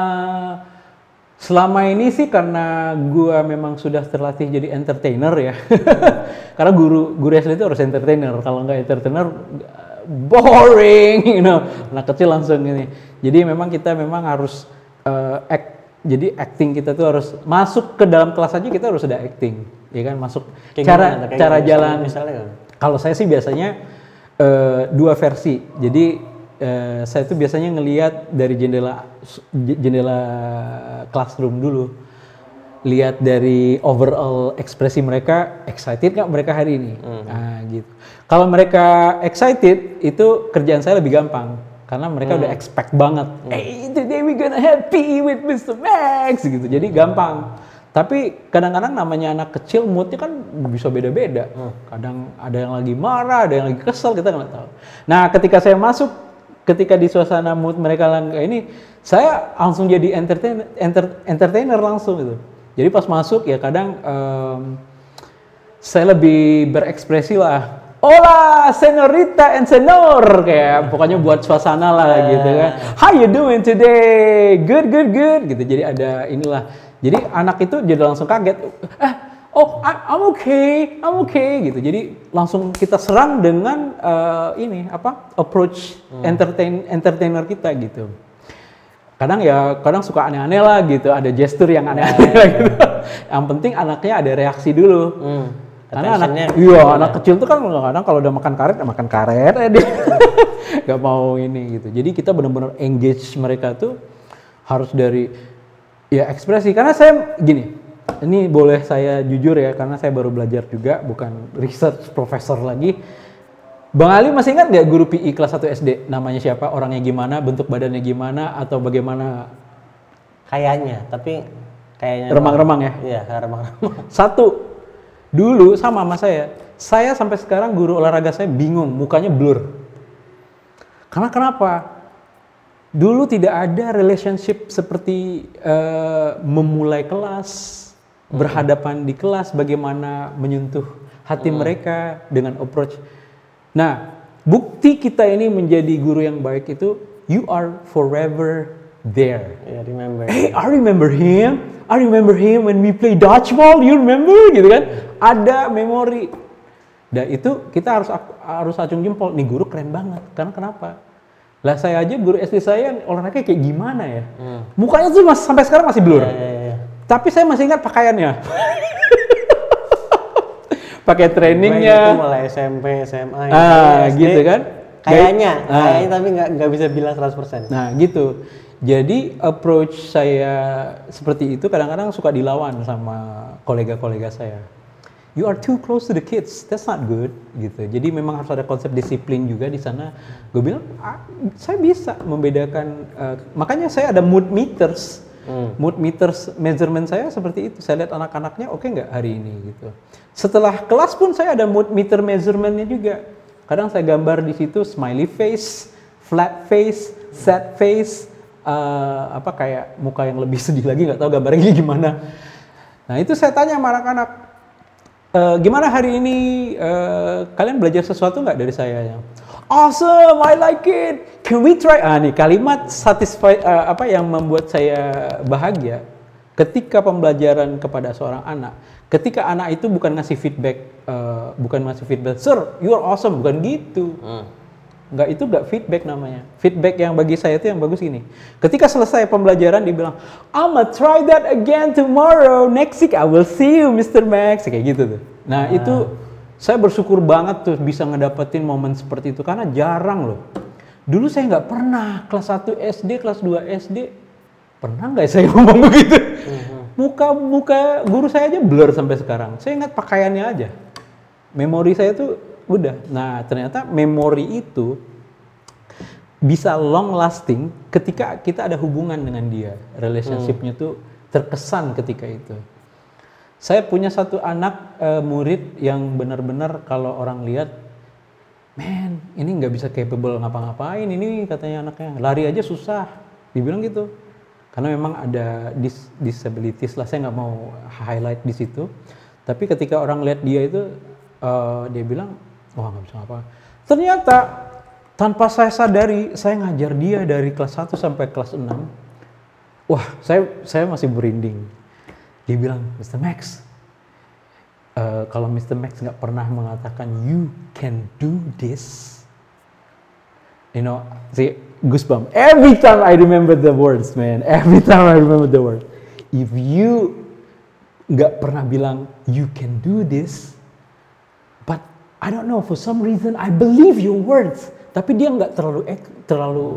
S2: Selama ini sih karena gue memang sudah terlatih jadi entertainer ya. Karena guru SD itu harus entertainer. Kalau nggak entertainer boring, Anak kecil langsung ini. Jadi memang kita harus jadi acting kita tuh harus masuk ke dalam kelas aja, kita harus ada acting, ya kan, masuk cara jalan. Misalnya, kalau saya sih biasanya dua versi. Jadi saya tuh biasanya ngelihat dari jendela classroom dulu, lihat dari overall ekspresi mereka, excited nggak mereka hari ini. Nah, gitu. Kalau mereka excited, itu kerjaan saya lebih gampang karena mereka udah expect banget. Hey, today we gonna happy with Mr. Max gitu. Jadi gampang. Tapi kadang-kadang namanya anak kecil moodnya kan bisa beda-beda. Kadang ada yang lagi marah, ada yang lagi kesel, kita nggak tahu. Nah, ketika saya masuk, ketika di suasana mood mereka kayak ini, saya langsung jadi entertainer langsung gitu. Jadi pas masuk ya kadang saya lebih berekspresi lah. Hola, senorita and senor, kayak pokoknya buat suasana lah gitu kan. How you doing today? Good, good, good. Gitu. Jadi ada inilah. Jadi anak itu jadi langsung kaget. I'm okay gitu. Jadi langsung kita serang dengan approach entertainer kita gitu. Kadang suka aneh-aneh lah gitu. Ada gestur yang aneh-aneh lah gitu. Yang penting anaknya ada reaksi dulu. Karena anak kecil tuh kan kadang kalau udah makan karet dia nggak mau ini gitu. Jadi kita benar-benar engage mereka tuh harus dari ya ekspresi. Karena saya gini, ini boleh saya jujur ya, karena saya baru belajar juga, bukan research profesor lagi. Bang Ali masih ingat nggak guru PI kelas 1 SD? Namanya siapa? Orangnya gimana? Bentuk badannya gimana? Atau bagaimana?
S1: Kayaknya
S2: remang-remang ya?
S1: Iya, remang-remang.
S2: Satu. Dulu sama saya sampai sekarang guru olahraga saya bingung, mukanya blur. Karena kenapa? Dulu tidak ada relationship seperti memulai kelas, berhadapan di kelas, bagaimana menyentuh hati mereka dengan approach. Nah, bukti kita ini menjadi guru yang baik itu, you are forever there.
S1: Yeah, remember.
S2: Hey, I remember him when we play dodgeball. You remember, gitu kan? Ada memori. Dan itu kita harus acung jempol. Nih guru keren banget. Karena kenapa? Lah saya aja guru SD saya olahraga kayak gimana ya? Mukanya tuh sampai sekarang masih blur.
S1: Yeah.
S2: Tapi saya masih ingat pakaiannya. Pakai trainingnya.
S1: Itu mulai SMP, SMA.
S2: Gitu kan?
S1: Kayaknya tapi nggak bisa bilang 100%.
S2: Nah, gitu. Jadi approach saya seperti itu kadang-kadang suka dilawan sama kolega-kolega saya. You are too close to the kids, that's not good gitu. Jadi memang harus ada konsep disiplin juga di sana. Gue bilang, saya bisa membedakan. Makanya saya ada mood meters. Mood meters measurement saya seperti itu. Saya lihat anak-anaknya oke nggak hari ini gitu. Setelah kelas pun saya ada mood meter measurementnya juga. Kadang saya gambar di situ smiley face, flat face, sad face. Kayak muka yang lebih sedih lagi, nggak tahu gambarnya gimana. Nah itu saya tanya sama anak-anak, gimana hari ini kalian belajar sesuatu nggak dari saya? Awesome, I like it. Can we try? Nih kalimat satisfy yang membuat saya bahagia ketika pembelajaran kepada seorang anak. Ketika anak itu bukan ngasih feedback, sir, you are awesome, bukan gitu. Itu nggak feedback namanya. Feedback yang bagi saya itu yang bagus gini. Ketika selesai pembelajaran dia bilang, I'ma try that again tomorrow. Next week I will see you, Mr. Max. Kayak gitu tuh. Nah itu saya bersyukur banget tuh bisa ngedapetin momen seperti itu karena jarang loh. Dulu saya nggak pernah kelas 1 SD, kelas 2 SD pernah nggak saya ngomong begitu. Muka guru saya aja blur sampai sekarang. Saya ingat pakaiannya aja. Memori saya tuh udah. Nah, ternyata memori itu bisa long lasting ketika kita ada hubungan dengan dia. Relationship-nya tuh terkesan ketika itu. Saya punya satu anak murid yang benar-benar kalau orang lihat, man, ini nggak bisa capable ngapa-ngapain. Ini katanya anaknya, lari aja susah. Dibilang gitu. Karena memang ada disabilities lah. Saya nggak mau highlight di situ. Tapi ketika orang lihat dia itu, dia bilang, wah nggak bisa apa. Ternyata tanpa saya sadari, saya ngajar dia dari kelas 1 sampai kelas 6. Wah, saya masih merinding. Dia bilang, Mr. Max, kalau Mr. Max nggak pernah mengatakan you can do this, you know, see, goosebump. Every time I remember the words, man. Every time I remember the word. If you nggak pernah bilang you can do this, but I don't know, for some reason I believe your words. Tapi dia nggak terlalu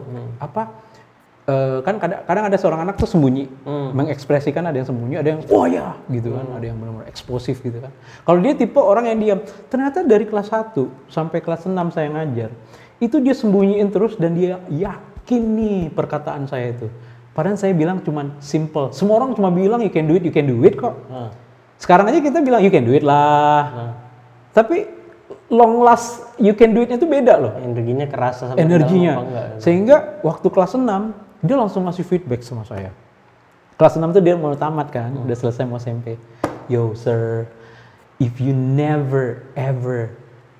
S2: kan kadang ada seorang anak tuh sembunyi, mengekspresikan, ada yang sembunyi, ada yang oh ya gitu kan, ada yang benar-benar eksplosif gitu kan. Kalau dia tipe orang yang diam, ternyata dari kelas 1 sampai kelas 6 saya ngajar, itu dia sembunyiin terus dan dia yakin nih perkataan saya itu. Padahal saya bilang cuman simple. Semua orang cuma bilang you can do it kok. Sekarang aja kita bilang you can do it lah. Tapi long last you can do it itu beda loh.
S1: Energinya kerasa sampai
S2: energinya.
S1: dalam apa enggak.
S2: Sehingga waktu kelas 6 dia langsung ngasih feedback sama saya. Kelas 6 tuh dia mau tamat kan, udah selesai mau SMP. Yo sir, if you never ever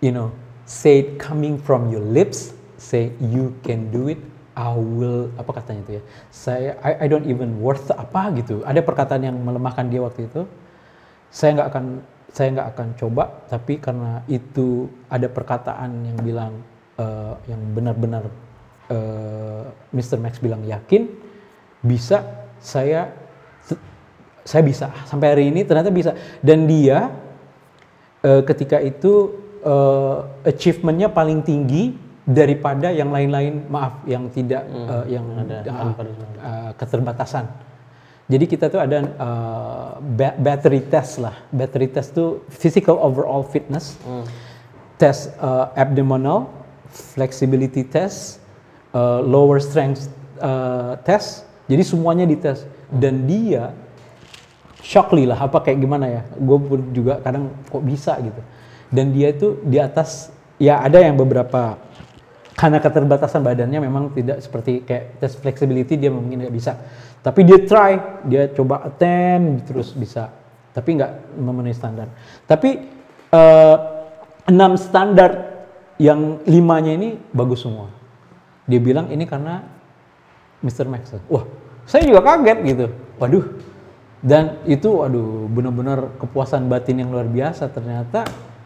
S2: say it coming from your lips, say you can do it, I will, apa katanya itu ya, I don't even worth apa gitu, ada perkataan yang melemahkan dia waktu itu. Saya nggak akan coba, tapi karena itu ada perkataan yang bilang yang benar-benar Mr. Max bilang yakin bisa, saya bisa sampai hari ini ternyata bisa. Dan dia ketika itu achievementnya paling tinggi daripada yang lain-lain, maaf, yang tidak yang ada keterbatasan. Jadi kita tuh ada battery test lah. Battery test tuh physical overall fitness, tes abdominal, flexibility test, lower strength test. Jadi semuanya dites. Dan dia shockly lah, apa kayak gimana ya? Gue pun juga kadang kok bisa gitu. Dan dia itu di atas, ya ada yang beberapa karena keterbatasan badannya memang tidak seperti kayak tes flexibility, dia mungkin nggak bisa. Tapi dia try, dia coba attempt terus bisa. Tapi nggak memenuhi standar. Tapi 6 standar yang 5-nya ini bagus semua. Dia bilang ini karena Mr. Max. Wah, saya juga kaget gitu. Waduh. Dan itu waduh benar-benar kepuasan batin yang luar biasa. Ternyata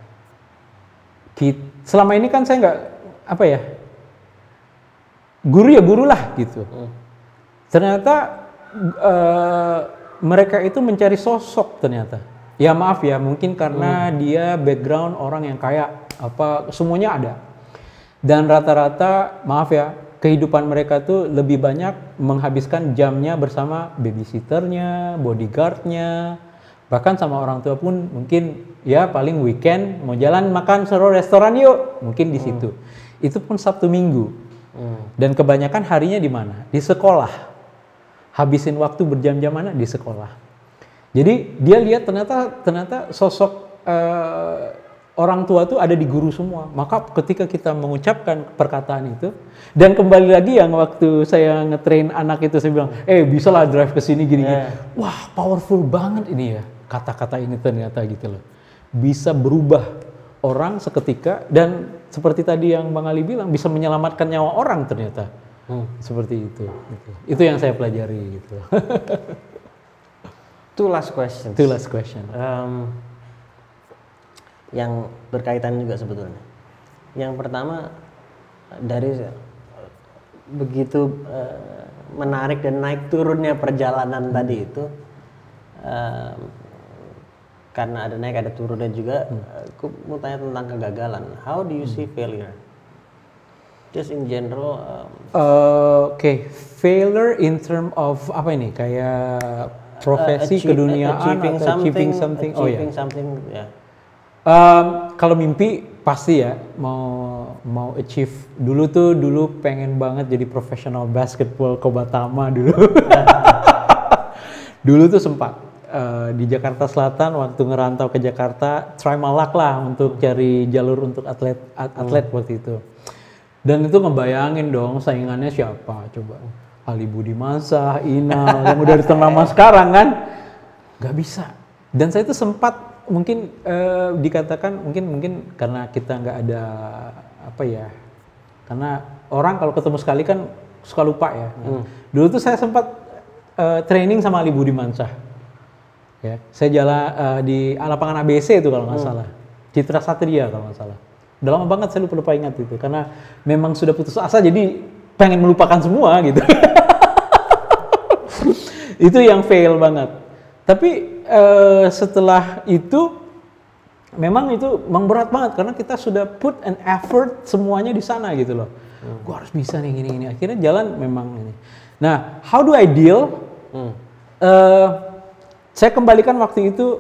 S2: selama ini kan saya nggak, apa ya, guru ya guru lah gitu. Ternyata mereka itu mencari sosok ternyata. Ya maaf ya, mungkin karena dia background orang yang kaya, apa semuanya ada. Dan rata-rata maaf ya, kehidupan mereka tuh lebih banyak menghabiskan jamnya bersama babysitternya, bodyguardnya, bahkan sama orang tua pun mungkin ya paling weekend mau jalan makan seru restoran yuk, mungkin di situ. Itu pun Sabtu Minggu. Dan kebanyakan harinya di mana? Di sekolah. Habisin waktu berjam-jam mana? Di sekolah. Jadi dia lihat ternyata sosok orang tua tuh ada di guru semua. Maka ketika kita mengucapkan perkataan itu, dan kembali lagi yang waktu saya ngetrain anak itu saya bilang, bisa lah drive ke sini gini-gini. Wah, powerful banget ini ya. Kata-kata ini ternyata gitu loh. Bisa berubah orang seketika, dan seperti tadi yang Bang Ali bilang, bisa menyelamatkan nyawa orang ternyata. Seperti itu. Itu yang saya pelajari gitu.
S1: Two last question. Yang berkaitan juga sebetulnya. Yang pertama, dari begitu menarik dan naik turunnya perjalanan tadi itu, karena ada naik ada turunnya juga, aku mau tanya tentang kegagalan. How do you see failure? Just in general.
S2: Failure in term of apa ini? Kayak profesi, keduniaan, achieving something. Kalau mimpi pasti ya mau achieve. Dulu pengen banget jadi profesional basketball Kobatama dulu. Dulu tuh sempat di Jakarta Selatan waktu ngerantau ke Jakarta, try my luck lah untuk cari jalur untuk atlet waktu itu. Dan itu ngebayangin dong saingannya siapa coba. Ali Budimansyah, Inal yang udah diternama sekarang kan, nggak bisa. Dan saya itu sempat mungkin dikatakan mungkin karena kita nggak ada apa ya, karena orang kalau ketemu sekali kan suka lupa ya. Dulu tuh saya sempat training sama Ali Budimansyah. Ya, saya jalan di lapangan ABC itu kalau nggak salah, Citra Satria kalau nggak salah. Udah lama banget saya lupa ingat itu, karena memang sudah putus asa jadi pengen melupakan semua gitu. Itu yang fail banget. Tapi setelah itu memang berat banget karena kita sudah put an effort semuanya di sana gitu loh. Gua harus bisa nih gini. Akhirnya jalan memang ini. Nah, how do I deal? Saya kembalikan waktu itu,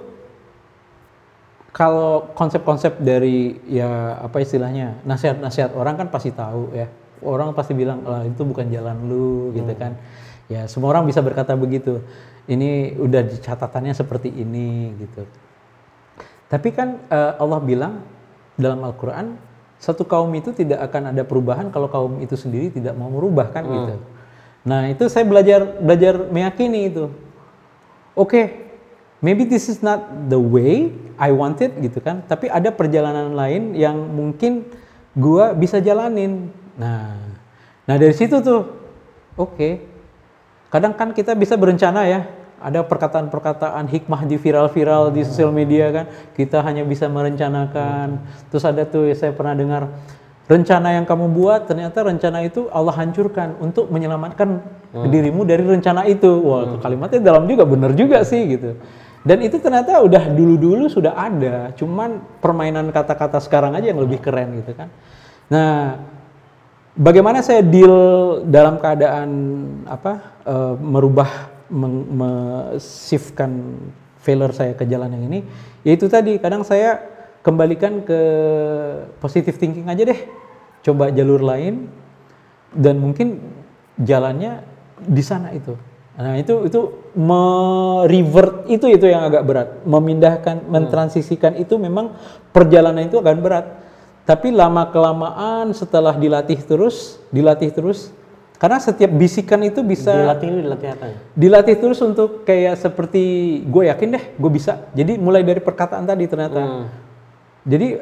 S2: kalau konsep-konsep dari ya apa istilahnya, nasihat-nasihat orang kan pasti tahu ya. Orang pasti bilang, itu bukan jalan lu gitu kan. Ya semua orang bisa berkata begitu. Ini udah di catatannya seperti ini gitu. Tapi kan Allah bilang dalam Al-Quran, satu kaum itu tidak akan ada perubahan kalau kaum itu sendiri tidak mau merubah kan gitu. Nah itu saya belajar meyakini itu. Oke, maybe this is not the way I wanted gitu kan, tapi ada perjalanan lain yang mungkin gua bisa jalanin. Nah dari situ tuh, oke. Kadang kan kita bisa berencana ya, ada perkataan-perkataan hikmah di viral-viral di sosial media kan, kita hanya bisa merencanakan. Terus ada tuh saya pernah dengar, rencana yang kamu buat ternyata rencana itu Allah hancurkan untuk menyelamatkan dirimu dari rencana itu. Wah, kalimatnya dalam juga, bener juga sih gitu. Dan itu ternyata udah dulu-dulu sudah ada, cuman permainan kata-kata sekarang aja yang lebih keren gitu kan. Nah, bagaimana saya deal dalam keadaan merubah, shiftkan failure saya ke jalan yang ini, yaitu tadi kadang saya kembalikan ke positive thinking aja deh, coba jalur lain dan mungkin jalannya di sana itu. Nah itu revert itu yang agak berat, memindahkan, mentransisikan itu memang perjalanan itu agak berat. Tapi lama kelamaan setelah dilatih terus, karena setiap bisikan itu bisa
S1: dilatih apa?
S2: Dilatih terus untuk kayak seperti gue yakin deh, gue bisa. Jadi mulai dari perkataan tadi ternyata. Jadi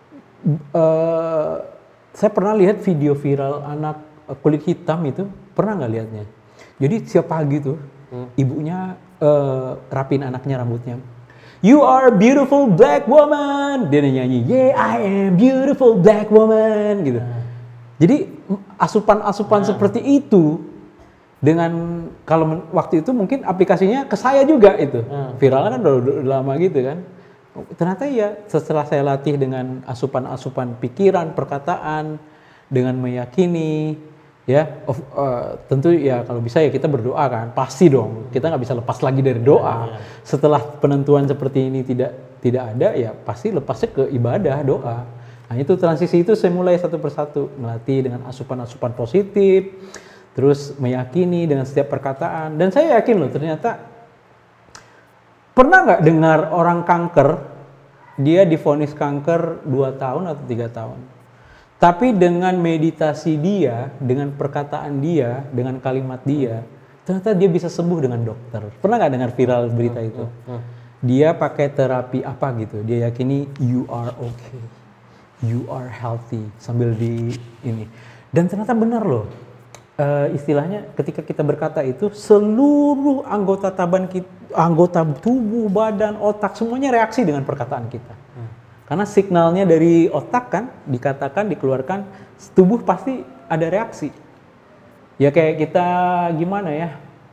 S2: saya pernah lihat video viral anak kulit hitam itu, pernah nggak lihatnya? Jadi setiap pagi tuh ibunya rapin anaknya rambutnya. You are a beautiful black woman. Dia nyanyi, yeah I am beautiful black woman gitu. Jadi asupan-asupan seperti itu dengan kalau waktu itu mungkin aplikasinya ke saya juga itu. Viralnya kan udah lama gitu kan. Ternyata ya setelah saya latih dengan asupan-asupan pikiran, perkataan, dengan meyakini, ya tentu ya kalau bisa ya kita berdoa kan, pasti dong kita nggak bisa lepas lagi dari doa. Setelah penentuan seperti ini tidak ada ya pasti lepasnya ke ibadah, doa. Nah itu transisi itu saya mulai satu persatu melatih dengan asupan-asupan positif, terus meyakini dengan setiap perkataan. Dan saya yakin loh ternyata, pernah nggak dengar orang kanker dia divonis kanker 2 tahun atau 3 tahun? Tapi dengan meditasi dia, dengan perkataan dia, dengan kalimat dia, ternyata dia bisa sembuh dengan dokter. Pernah nggak dengar viral berita itu? Dia pakai terapi apa gitu, dia yakini you are okay, you are healthy, sambil di ini. Dan ternyata benar loh, istilahnya ketika kita berkata itu, seluruh anggota tubuh, badan, otak, semuanya reaksi dengan perkataan kita. Karena signalnya dari otak kan, dikatakan, dikeluarkan, tubuh pasti ada reaksi. Ya kayak kita gimana ya,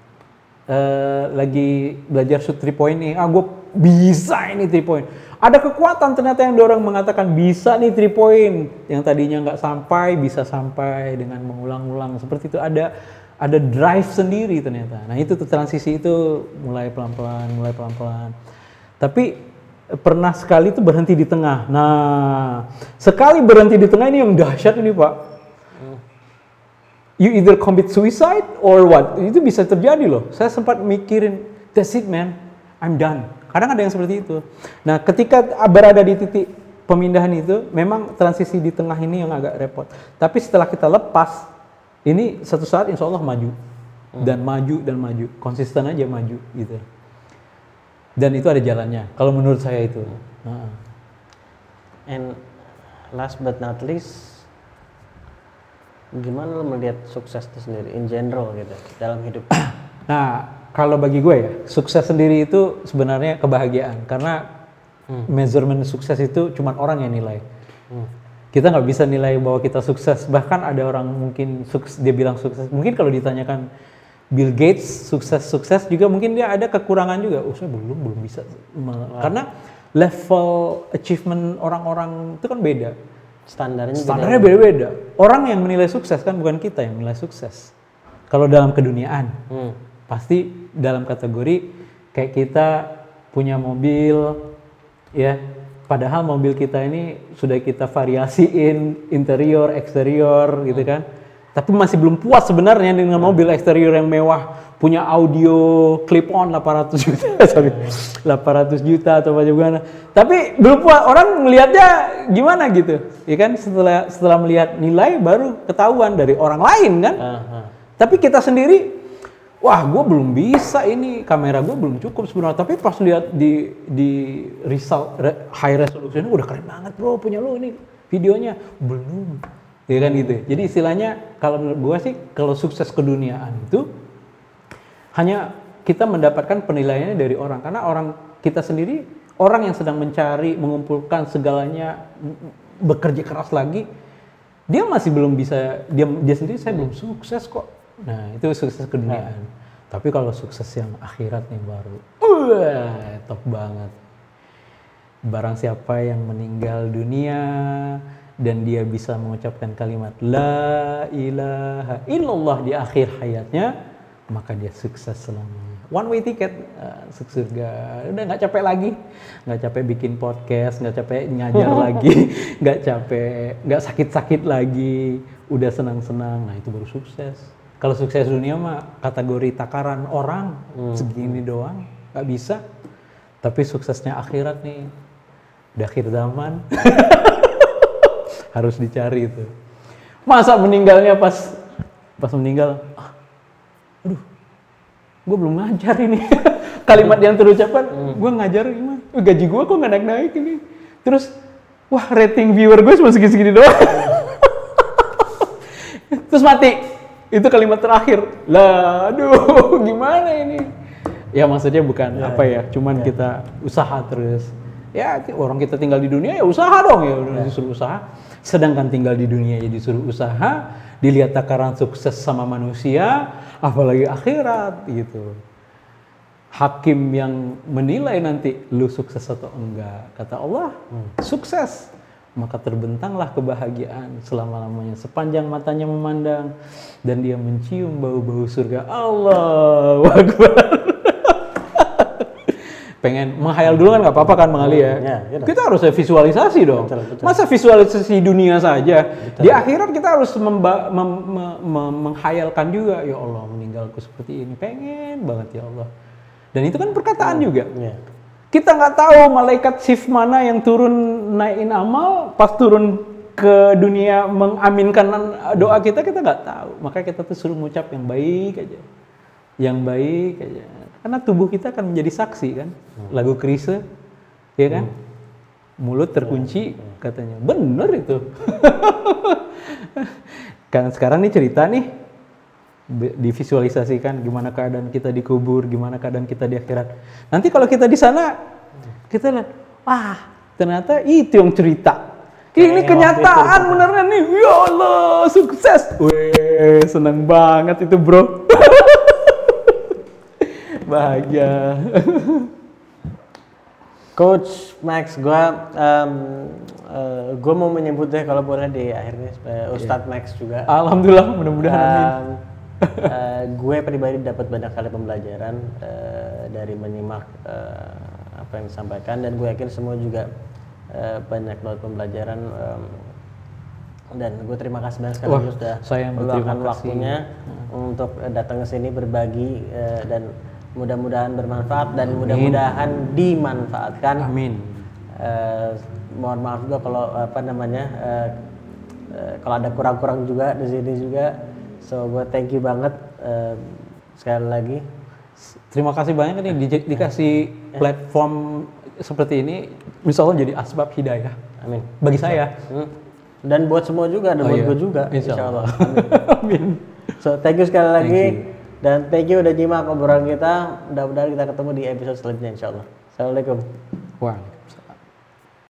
S2: lagi belajar shoot 3 point nih, gue bisa ini 3 point. Ada kekuatan ternyata yang dorong mengatakan bisa nih 3 point. Yang tadinya nggak sampai, bisa sampai dengan mengulang-ulang. Seperti itu ada drive sendiri ternyata. Nah itu tuh transisi itu mulai pelan-pelan. Tapi pernah sekali itu berhenti di tengah. Nah, sekali berhenti di tengah ini yang dahsyat ini Pak. You either commit suicide or what? Itu bisa terjadi loh. Saya sempat mikirin, that's it man, I'm done. Kadang ada yang seperti itu. Nah, ketika berada di titik pemindahan itu, memang transisi di tengah ini yang agak repot. Tapi setelah kita lepas, ini satu saat insya Allah maju. Dan maju. Konsisten aja maju gitu. Dan itu ada jalannya, kalau menurut saya itu.
S1: And last but not least, gimana lo melihat sukses itu sendiri, in general gitu, dalam hidup?
S2: Nah, kalau bagi gue ya, sukses sendiri itu sebenarnya kebahagiaan. Karena measurement sukses itu cuma orang yang nilai. Kita nggak bisa nilai bahwa kita sukses. Bahkan ada orang mungkin dia bilang sukses. Mungkin kalau ditanyakan, Bill Gates sukses juga mungkin dia ada kekurangan juga. Saya belum bisa. Karena level achievement orang-orang itu kan beda. Standarnya beda-beda. Orang yang menilai sukses kan bukan kita yang menilai sukses. Kalau dalam keduniaan, pasti dalam kategori kayak kita punya mobil, ya. Padahal mobil kita ini sudah kita variasiin interior, eksterior, gitu kan. Tapi masih belum puas sebenarnya dengan mobil eksterior yang mewah, punya audio clip-on 800 juta atau bagaimana. Tapi belum puas, orang melihatnya gimana gitu. Ya kan setelah melihat nilai baru ketahuan dari orang lain kan. Tapi kita sendiri wah gue belum bisa ini, kamera gue belum cukup sebenarnya, tapi pas lihat di result high resolution udah keren banget bro, punya lo ini videonya belum, ya kan gitu. Jadi istilahnya kalau menurut gue sih kalau sukses keduniaan itu hanya kita mendapatkan penilaiannya dari orang, karena orang kita sendiri, orang yang sedang mencari, mengumpulkan segalanya, bekerja keras lagi, dia masih belum bisa, dia sendiri saya belum sukses kok. Nah itu sukses keduniaan. Tapi kalau sukses yang akhirat nih baru, top banget. Barang siapa yang meninggal dunia dan dia bisa mengucapkan kalimat La ilaha illallah di akhir hayatnya, maka dia sukses selamanya. One way ticket, surga. Udah nggak capek lagi, nggak capek bikin podcast, nggak capek ngajar lagi, nggak capek, nggak sakit-sakit lagi, udah senang-senang. Nah itu baru sukses. Kalau sukses dunia mah kategori takaran orang segini doang, nggak bisa. Tapi suksesnya akhirat nih, di akhir zaman harus dicari itu. Masa meninggalnya pas meninggal, aduh, gue belum ngajar ini. Kalimat yang terucapkan, gue ngajar gimana? Gaji gue kok nggak naik-naik ini. Terus, wah rating viewer gue cuma segini-segini doang. Terus mati. Itu kalimat terakhir. Lah, aduh, gimana ini? Ya maksudnya bukan cuman kita usaha terus. Ya orang kita tinggal di dunia ya usaha dong ya, disuruh usaha. Sedangkan tinggal di dunia ya disuruh usaha, dilihat takaran sukses sama manusia, apalagi akhirat gitu. Hakim yang menilai nanti lu sukses atau enggak. Kata Allah, sukses. Maka terbentanglah kebahagiaan selama-lamanya sepanjang matanya memandang dan dia mencium bau-bau surga. Allahu Akbar. Pengen menghayal dulu kan nggak apa-apa kan Bang Ali ya? Gitu. Kita harus visualisasi dong. Betul. Masa visualisasi dunia saja? Betul. Di akhirat kita harus menghayalkan juga. Ya Allah, meninggalku seperti ini. Pengen banget ya Allah. Dan itu kan perkataan juga. Kita nggak tahu malaikat shift mana yang turun naikin amal, pas turun ke dunia mengaminkan doa kita nggak tahu. Makanya kita tuh suruh ngucap yang baik aja. Yang baik aja. Karena tubuh kita akan menjadi saksi kan. Lagu Chrisye, ya kan? Mulut terkunci katanya. Bener itu. Kan sekarang nih cerita nih, divisualisasikan gimana keadaan kita dikubur, gimana keadaan kita di akhirat. Nanti kalau kita di sana, kita lihat, wah ternyata itu yang cerita. Ini kenyataan beneran nih. Ya Allah, sukses. Weh, seneng banget itu bro. Bahagia.
S1: Coach Max, gue mau menyebut deh kalau boleh di akhirnya Ustadz Max juga.
S2: Alhamdulillah, mudah-mudahan.
S1: Gue pribadi dapat banyak kali pembelajaran dari menyimak apa yang disampaikan, dan gue yakin semua juga banyak banget pembelajaran. Dan gue terima kasih banyak sekali sudah meluangkan waktunya untuk datang ke sini berbagi, dan mudah-mudahan bermanfaat dan mudah-mudahan dimanfaatkan.
S2: Amin.
S1: Mohon maaf juga kalau kalau ada kurang-kurang juga di sini juga. So gue thank you banget sekali lagi.
S2: Terima kasih banyak nih dikasih platform seperti ini, insya Allah jadi asbab hidayah.
S1: Amin.
S2: Bagi saya.
S1: Dan buat semua juga, dan buat gue juga. Insya Allah.
S2: Amin.
S1: So thank you sekali lagi. Dan thank you udah nyimak obrolan kita. Mudah-mudahan kita ketemu di episode selanjutnya insya Allah. Assalamualaikum.
S2: Wah.